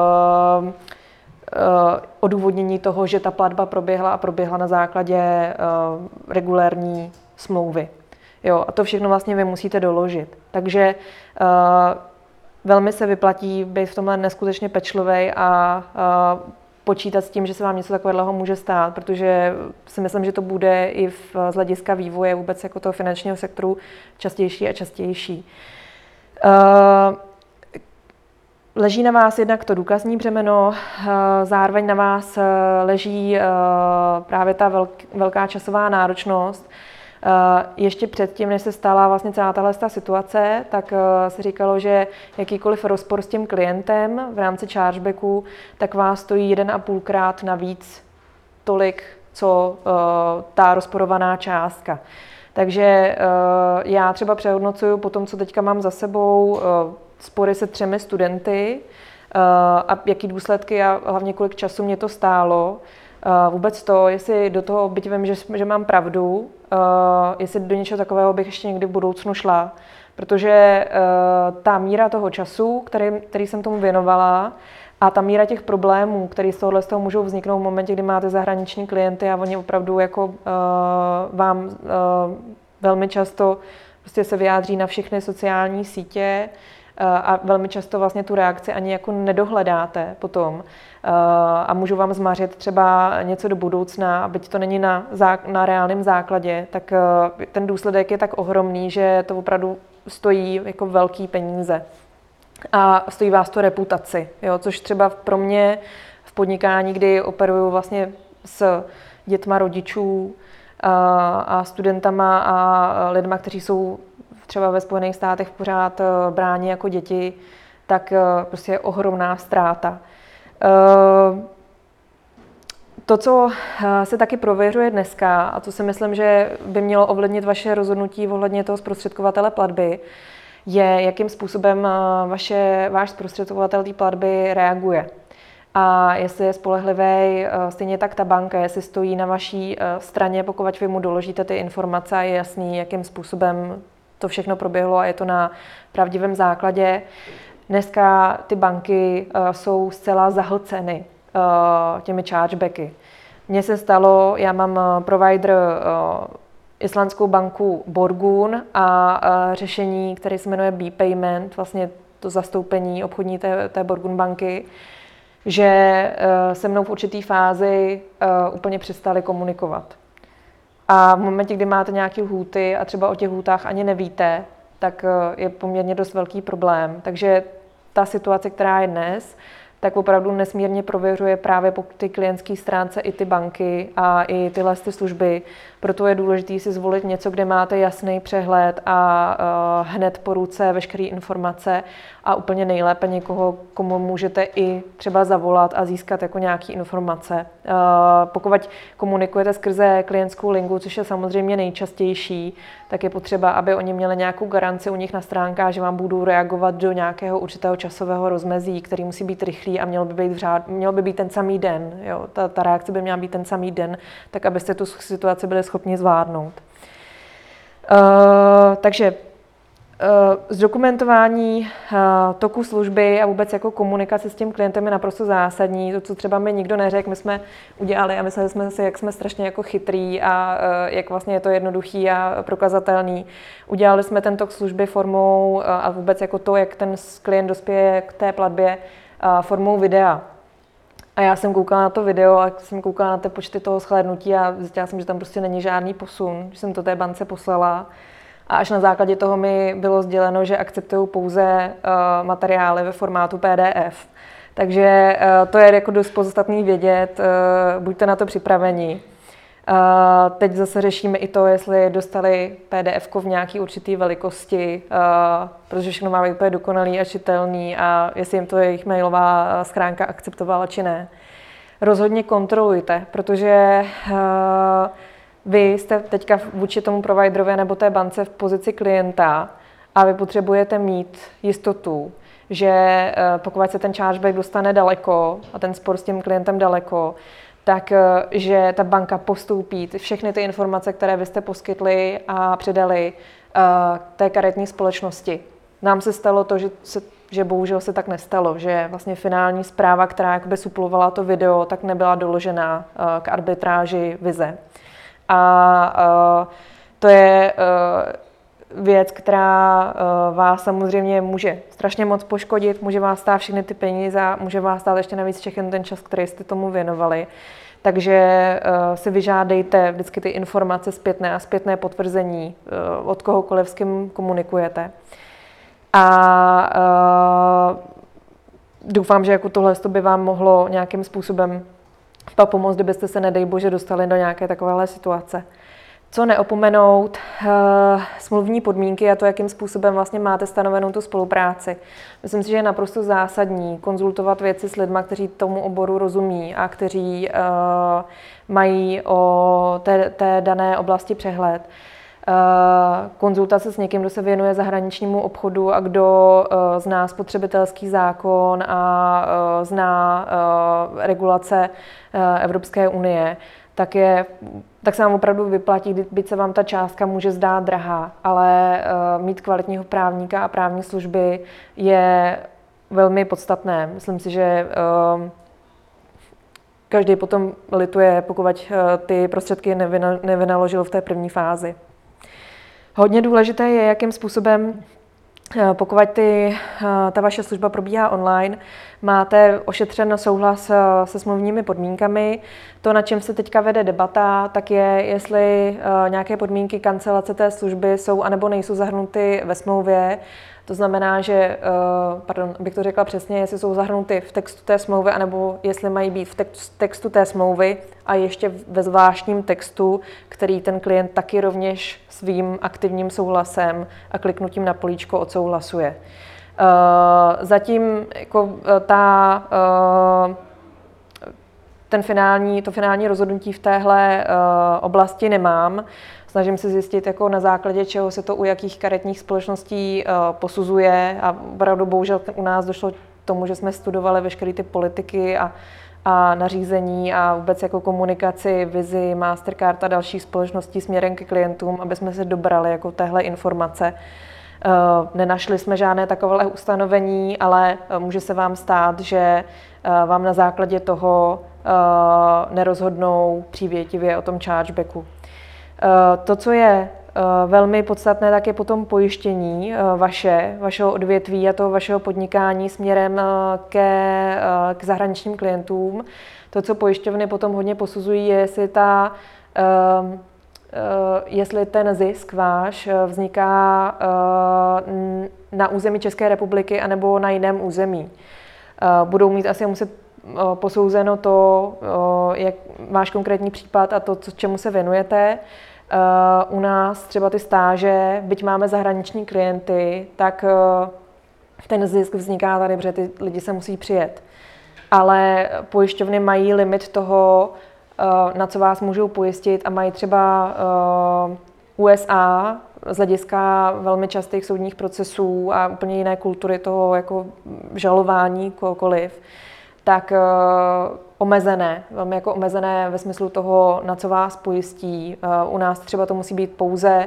odůvodnění toho, že ta platba proběhla na základě regulérní smlouvy. Jo, a to všechno vlastně vy musíte doložit. Takže velmi se vyplatí být v tomhle neskutečně pečlivý a počítat s tím, že se vám něco takového může stát, protože si myslím, že to bude i z hlediska vývoje vůbec jako toho finančního sektoru častější a častější. Leží na vás jednak to důkazní břemeno, zároveň na vás leží právě ta velká časová náročnost. Ještě předtím, než se stala vlastně celá tahle situace, tak se říkalo, že jakýkoliv rozpor s tím klientem v rámci chargebacku, tak vás stojí 1,5krát navíc tolik, co ta rozporovaná částka. Takže já třeba přehodnocuju po tom, co teďka mám za sebou, spory se 3 studenty a jaký důsledky a hlavně kolik času mě to stálo. Vůbec to, jestli do toho, byť vím, že mám pravdu, jestli do něčeho takového bych ještě někdy v budoucnu šla, protože ta míra toho času, který jsem tomu věnovala, a ta míra těch problémů, které z tohohle můžou vzniknout v momentě, kdy máte zahraniční klienty a oni opravdu jako vám velmi často prostě se vyjádří na všechny sociální sítě a velmi často vlastně tu reakci ani jako nedohledáte potom a můžu vám zmařit třeba něco do budoucna, byť to není na reálném základě, tak ten důsledek je tak ohromný, že to opravdu stojí jako velký peníze. A stojí vás to reputaci, jo? Což třeba pro mě v podnikání, kdy operuju vlastně s dětma rodičů a studentama a lidma, kteří jsou třeba ve Spojených státech pořád bráni jako děti, tak prostě je ohromná ztráta. To, co se taky prověřuje dneska a co si myslím, že by mělo ovlivnit vaše rozhodnutí ohledně toho zprostředkovatele platby, je, jakým způsobem váš zprostředkovatel té platby reaguje. A jestli je spolehlivý, stejně tak ta banka, jestli stojí na vaší straně, pokud vy mu doložíte ty informace a je jasný, jakým způsobem to všechno proběhlo a je to na pravdivém základě. Dneska ty banky jsou zcela zahlceny těmi chargebacky. Mně se stalo, já mám provider islandskou banku Borgun a řešení, které se jmenuje B-Payment, vlastně to zastoupení obchodní té Burgund banky, že se mnou v určitý fázi úplně přestali komunikovat. A v momentě, kdy máte nějaké lhůty a třeba o těch lhůtách ani nevíte, tak je poměrně dost velký problém. Takže ta situace, která je dnes, tak opravdu nesmírně prověřuje právě po ty klientské stránce i ty banky a i tyhle služby. Proto je důležité si zvolit něco, kde máte jasný přehled a hned po ruce veškeré informace a úplně nejlépe někoho, komu můžete i třeba zavolat a získat jako nějaké informace. Pokud komunikujete skrze klientskou linku, což je samozřejmě nejčastější, tak je potřeba, aby oni měli nějakou garanci u nich na stránkách, že vám budou reagovat do nějakého určitého časového rozmezí, který musí být rychlý a mělo by být ten samý den. Jo? Ta reakce by měla být ten samý den, tak abyste tu situaci byli schopni zvládnout. Takže zdokumentování toku služby a vůbec jako komunikace s tím klientem je naprosto zásadní. To, co třeba mi nikdo neřekl, my jsme udělali a mysleli jsme si, jak jsme strašně jako chytrý a jak vlastně je to jednoduchý a prokazatelný. Udělali jsme ten tok služby formou a vůbec jako to, jak ten klient dospěje k té platbě formou videa. A já jsem koukala na to video a jsem koukala na ty počty toho shlédnutí a zjistila jsem, že tam prostě není žádný posun. Že jsem to té bance poslala a až na základě toho mi bylo sděleno, že akceptují pouze materiály ve formátu PDF. Takže to je jako dost podstatný vědět, buďte na to připraveni. Teď zase řešíme i to, jestli dostali PDF v nějaké určité velikosti, protože všechno má být úplně dokonalý a čitelný a jestli jim to jejich mailová schránka akceptovala či ne. Rozhodně kontrolujte, protože vy jste teďka vůči tomu providerovi nebo té bance v pozici klienta a vy potřebujete mít jistotu, že pokud se ten chargeback dostane daleko a ten spor s tím klientem daleko, tak že ta banka postoupí všechny ty informace, které vy jste poskytli a předali té karetní společnosti. Nám se stalo to, že bohužel se tak nestalo, že vlastně finální zpráva, která jakoby suplovala to video, tak nebyla doložená k arbitráži Vize. A to je věc, která vás samozřejmě může strašně moc poškodit, může vás stát všechny ty peníze a může vás stát ještě navíc všechny ten čas, který jste tomu věnovali. Takže si vyžádejte vždycky ty informace zpětné a zpětné potvrzení od kohokoliv, s kým komunikujete. A doufám, že jako tohle by vám mohlo nějakým způsobem pomoct, kdybyste se, nedej bože, dostali do nějaké takovéhle situace. Co neopomenout, smluvní podmínky a to, jakým způsobem vlastně máte stanovenou tu spolupráci. Myslím si, že je naprosto zásadní konzultovat věci s lidmi, kteří tomu oboru rozumí a kteří mají o té dané oblasti přehled. Konzultace s někým, kdo se věnuje zahraničnímu obchodu a kdo zná spotřebitelský zákon a zná regulace Evropské unie, tak se vám opravdu vyplatí, byť se vám ta částka může zdát drahá, ale mít kvalitního právníka a právní služby je velmi podstatné. Myslím si, že každý potom lituje, pokud ty prostředky nevynaložil v té první fázi. Hodně důležité je, jakým způsobem, pokud ta vaše služba probíhá online, máte ošetřen souhlas se smluvními podmínkami. To, na čem se teďka vede debata, tak je, jestli nějaké podmínky kancelace té služby jsou anebo nejsou zahrnuty ve smlouvě. To znamená, že, abych to řekla přesně, jestli jsou zahrnuty v textu té smlouvy, anebo jestli mají být v textu té smlouvy a ještě ve zvláštním textu, který ten klient taky rovněž svým aktivním souhlasem a kliknutím na políčko odsouhlasuje. Zatím jako to finální rozhodnutí v téhle oblasti nemám. Snažím se zjistit, jako na základě čeho se to u jakých karetních společností posuzuje a opravdu bohužel u nás došlo k tomu, že jsme studovali veškeré ty politiky a nařízení a vůbec jako komunikaci, Vizi, Mastercard a dalších společností směrem ke klientům, aby jsme se dobrali jako téhle informace. Nenašli jsme žádné takové ustanovení, ale může se vám stát, že vám na základě toho nerozhodnou přívětivě o tom chargebacku. To, co je velmi podstatné také potom pojištění vašeho odvětví a toho vašeho podnikání směrem k zahraničním klientům. To, co pojišťovny potom hodně posuzují, je, jestli ten zisk váš vzniká na území České republiky anebo na jiném území. Budou mít asi muset posouzeno to, jak váš konkrétní případ a to, čemu se věnujete. U nás třeba ty stáže, byť máme zahraniční klienty, tak ten zisk vzniká tady, protože ty lidi se musí přijet. Ale pojišťovny mají limit toho, na co vás můžou pojistit a mají třeba USA z hlediska velmi častých soudních procesů a úplně jiné kultury toho jako žalování kohokoliv, tak omezené, velmi jako omezené ve smyslu toho, na co vás pojistí. U nás třeba to musí být pouze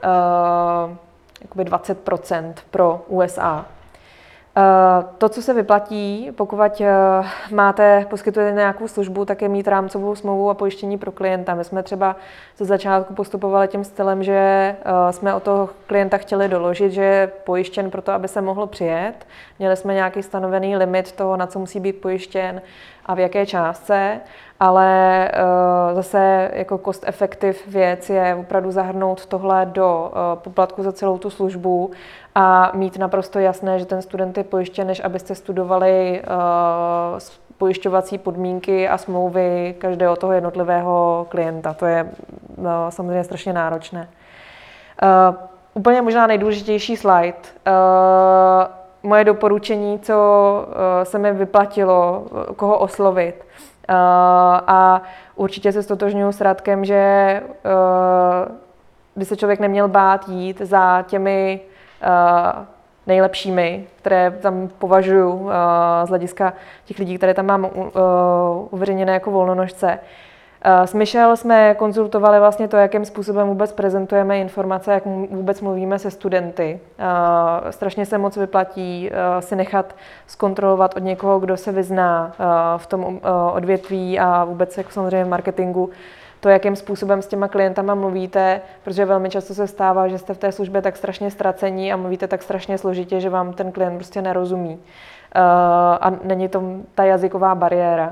20% pro USA. To, co se vyplatí, pokud poskytujete nějakou službu, tak je mít rámcovou smlouvu a pojištění pro klienta. My jsme třeba ze začátku postupovali tím stylem, že jsme od toho klienta chtěli doložit, že je pojištěn pro to, aby se mohl přijet. Měli jsme nějaký stanovený limit toho, na co musí být pojištěn a v jaké částce, ale zase jako cost effective věc je opravdu zahrnout tohle do poplatku za celou tu službu a mít naprosto jasné, že ten student je pojištěn, než abyste studovali pojišťovací podmínky a smlouvy každého toho jednotlivého klienta. To je samozřejmě strašně náročné. Úplně možná nejdůležitější slide. Moje doporučení, co se mi vyplatilo, koho oslovit. A určitě se ztotožňuji s Radkem, že by se člověk neměl bát jít za těmi nejlepšími, které tam považuji z hlediska těch lidí, které tam mám uveřejněné jako volnonožce. S Michelle jsme konzultovali vlastně to, jakým způsobem vůbec prezentujeme informace, jak vůbec mluvíme se studenty. Strašně se moc vyplatí si nechat zkontrolovat od někoho, kdo se vyzná v tom odvětví a vůbec jako samozřejmě v marketingu, to, jakým způsobem s těma klientama mluvíte, protože velmi často se stává, že jste v té službě tak strašně ztracení a mluvíte tak strašně složitě, že vám ten klient prostě nerozumí. A není to ta jazyková bariéra.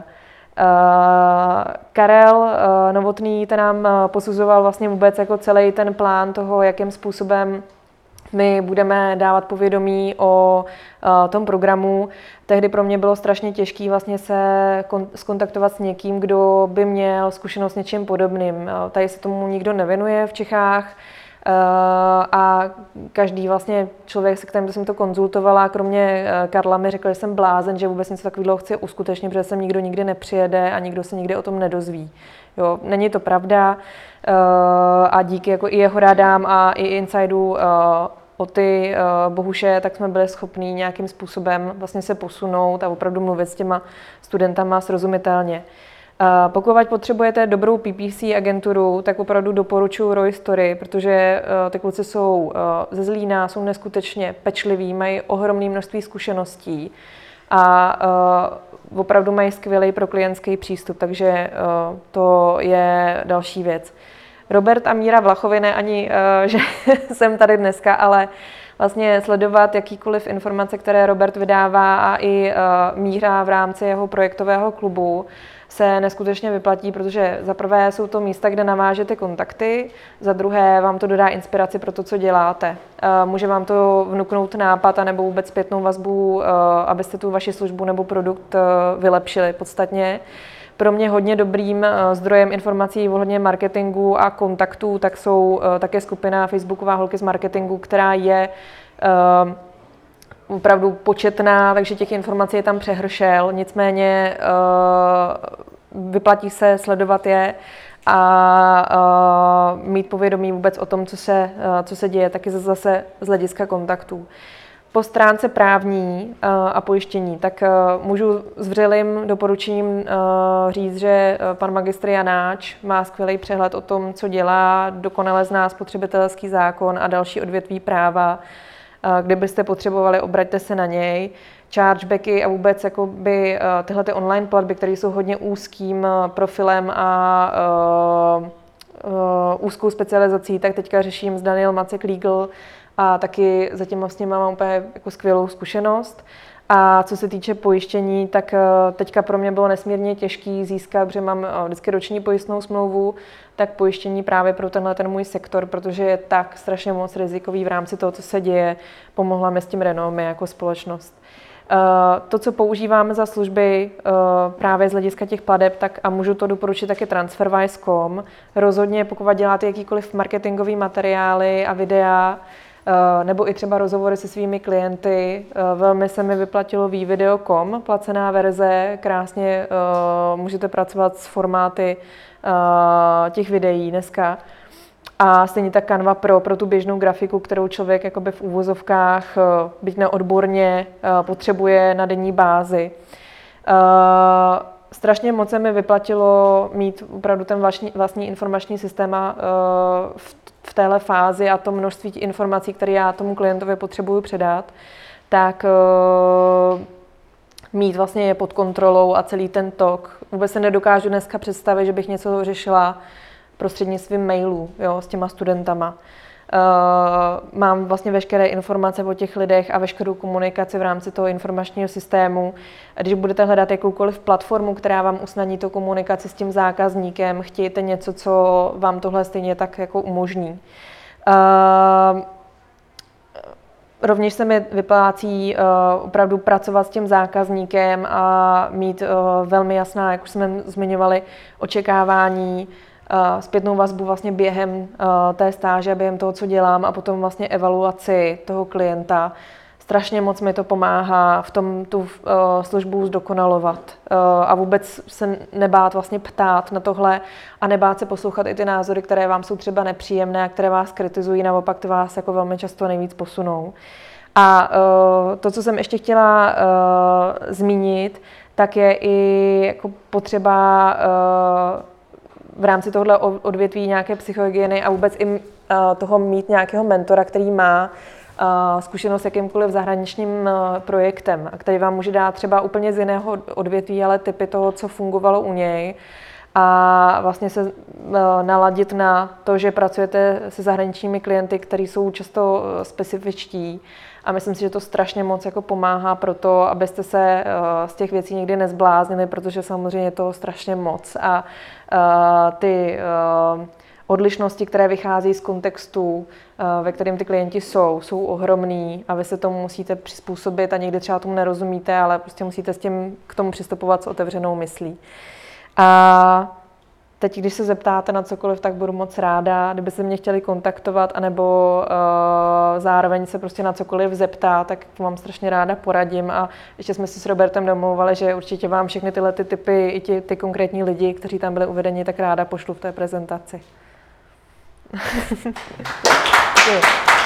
Karel Novotný ten nám posuzoval vlastně vůbec jako celý ten plán toho, jakým způsobem my budeme dávat povědomí o tom programu. Tehdy pro mě bylo strašně těžké vlastně se skontaktovat s někým, kdo by měl zkušenost s něčím podobným. Tady se tomu nikdo nevěnuje v Čechách a každý vlastně člověk, se kterým jsem to konzultovala, kromě Karla, mi řekl, že jsem blázen, že vůbec něco takového chci uskutečnit, protože sem nikdo nikdy nepřijede a nikdo se nikdy o tom nedozví. Jo, není to pravda a díky jako i jeho radám a i insidu o ty Bohuše, tak jsme byli schopní nějakým způsobem vlastně se posunout a opravdu mluvit s těma studentama srozumitelně. Pokud potřebujete dobrou PPC agenturu, tak opravdu doporučuji Roy Story, protože ty kluci jsou ze Zlína, jsou neskutečně pečliví, mají ohromné množství zkušeností a opravdu mají skvělý pro klientský přístup, takže to je další věc. Robert a Míra Vlachovi, ne ani, že jsem tady dneska, ale vlastně sledovat jakýkoliv informace, které Robert vydává a i Míra v rámci jeho projektového klubu se neskutečně vyplatí, protože za prvé jsou to místa, kde navážete kontakty, za druhé vám to dodá inspiraci pro to, co děláte. Může vám to vnuknout nápad anebo vůbec zpětnou vazbu, abyste tu vaši službu nebo produkt vylepšili podstatně. Pro mě hodně dobrým zdrojem informací ohledně marketingu a kontaktů tak jsou také skupina Facebooková Holky z marketingu, která je opravdu početná, takže těch informací je tam přehršel, nicméně vyplatí se sledovat je a mít povědomí vůbec o tom, co se děje, taky zase z hlediska kontaktů. Po stránce právní a pojištění, tak můžu s vřelým doporučením říct, že pan magistr Janáč má skvělý přehled o tom, co dělá, dokonale zná spotřebitelský zákon a další odvětví práva. Kdybyste potřebovali, obraťte se na něj. Chargebacky a vůbec jakoby, tyhle ty online platby, které jsou hodně úzkým profilem a úzkou specializací, tak teďka řeším s Daniel Macek Legal a taky zatím vlastně mám úplně jako skvělou zkušenost. A co se týče pojištění, tak teďka pro mě bylo nesmírně těžký získat, protože mám vždycky roční pojistnou smlouvu, tak pojištění právě pro ten můj sektor, protože je tak strašně moc rizikový v rámci toho, co se děje, pomohla mi s tím Renault jako společnost. To, co používáme za služby právě z hlediska těch plateb, tak a můžu to doporučit taky TransferWise.com. Rozhodně, pokud děláte jakýkoliv marketingový materiály a videa, nebo i třeba rozhovory se svými klienty. Velmi se mi vyplatilo vvideo.com, placená verze, krásně můžete pracovat s formáty těch videí dneska. A stejně tak Canva pro tu běžnou grafiku, kterou člověk jakoby v úvozovkách, byť neodborně, potřebuje na denní bázi. Strašně moc se mi vyplatilo mít opravdu ten vlastní informační systém v téhle fázi a to množství informací, které já tomu klientovi potřebuju předat, tak mít vlastně je pod kontrolou a celý ten tok. Vůbec se nedokážu dneska představit, že bych něco řešila prostřednictvím mailů, jo, s těma studentama. Mám vlastně veškeré informace o těch lidech a veškerou komunikaci v rámci toho informačního systému. Když budete hledat jakoukoliv platformu, která vám usnadní tu komunikaci s tím zákazníkem, chtějte něco, co vám tohle stejně tak jako umožní. Rovněž se mi vyplácí opravdu pracovat s tím zákazníkem a mít velmi jasná, jak už jsme zmiňovali, očekávání, zpětnou vazbu vlastně během té stáže, během toho, co dělám a potom vlastně evaluaci toho klienta. Strašně moc mi to pomáhá v tom tu službu zdokonalovat a vůbec se nebát vlastně ptát na tohle a nebát se poslouchat i ty názory, které vám jsou třeba nepříjemné a které vás kritizují, naopak ty vás jako velmi často nejvíc posunou. A to, co jsem ještě chtěla zmínit, tak je i jako potřeba v rámci tohle odvětví nějaké psychohygieny a vůbec i toho mít nějakého mentora, který má zkušenost s jakýmkoliv zahraničním projektem a který vám může dát třeba úplně z jiného odvětví, ale typy toho, co fungovalo u něj a vlastně se naladit na to, že pracujete se zahraničními klienty, kteří jsou často specifičtí. A myslím si, že to strašně moc jako pomáhá pro to, abyste se z těch věcí nikdy nezbláznili, protože samozřejmě je to strašně moc. A ty odlišnosti, které vychází z kontextu, ve kterém ty klienti jsou ohromný a vy se tomu musíte přizpůsobit a někdy třeba tomu nerozumíte, ale prostě musíte k tomu přistupovat s otevřenou myslí. A teď, když se zeptáte na cokoliv, tak budu moc ráda, kdybyste mě chtěli kontaktovat, anebo zároveň se prostě na cokoliv zeptat, tak vám strašně ráda poradím. A ještě jsme si s Robertem domlouvali, že určitě vám všechny tyhle typy, i ty konkrétní lidi, kteří tam byli uvedeni, tak ráda pošlu v té prezentaci. Děkuji.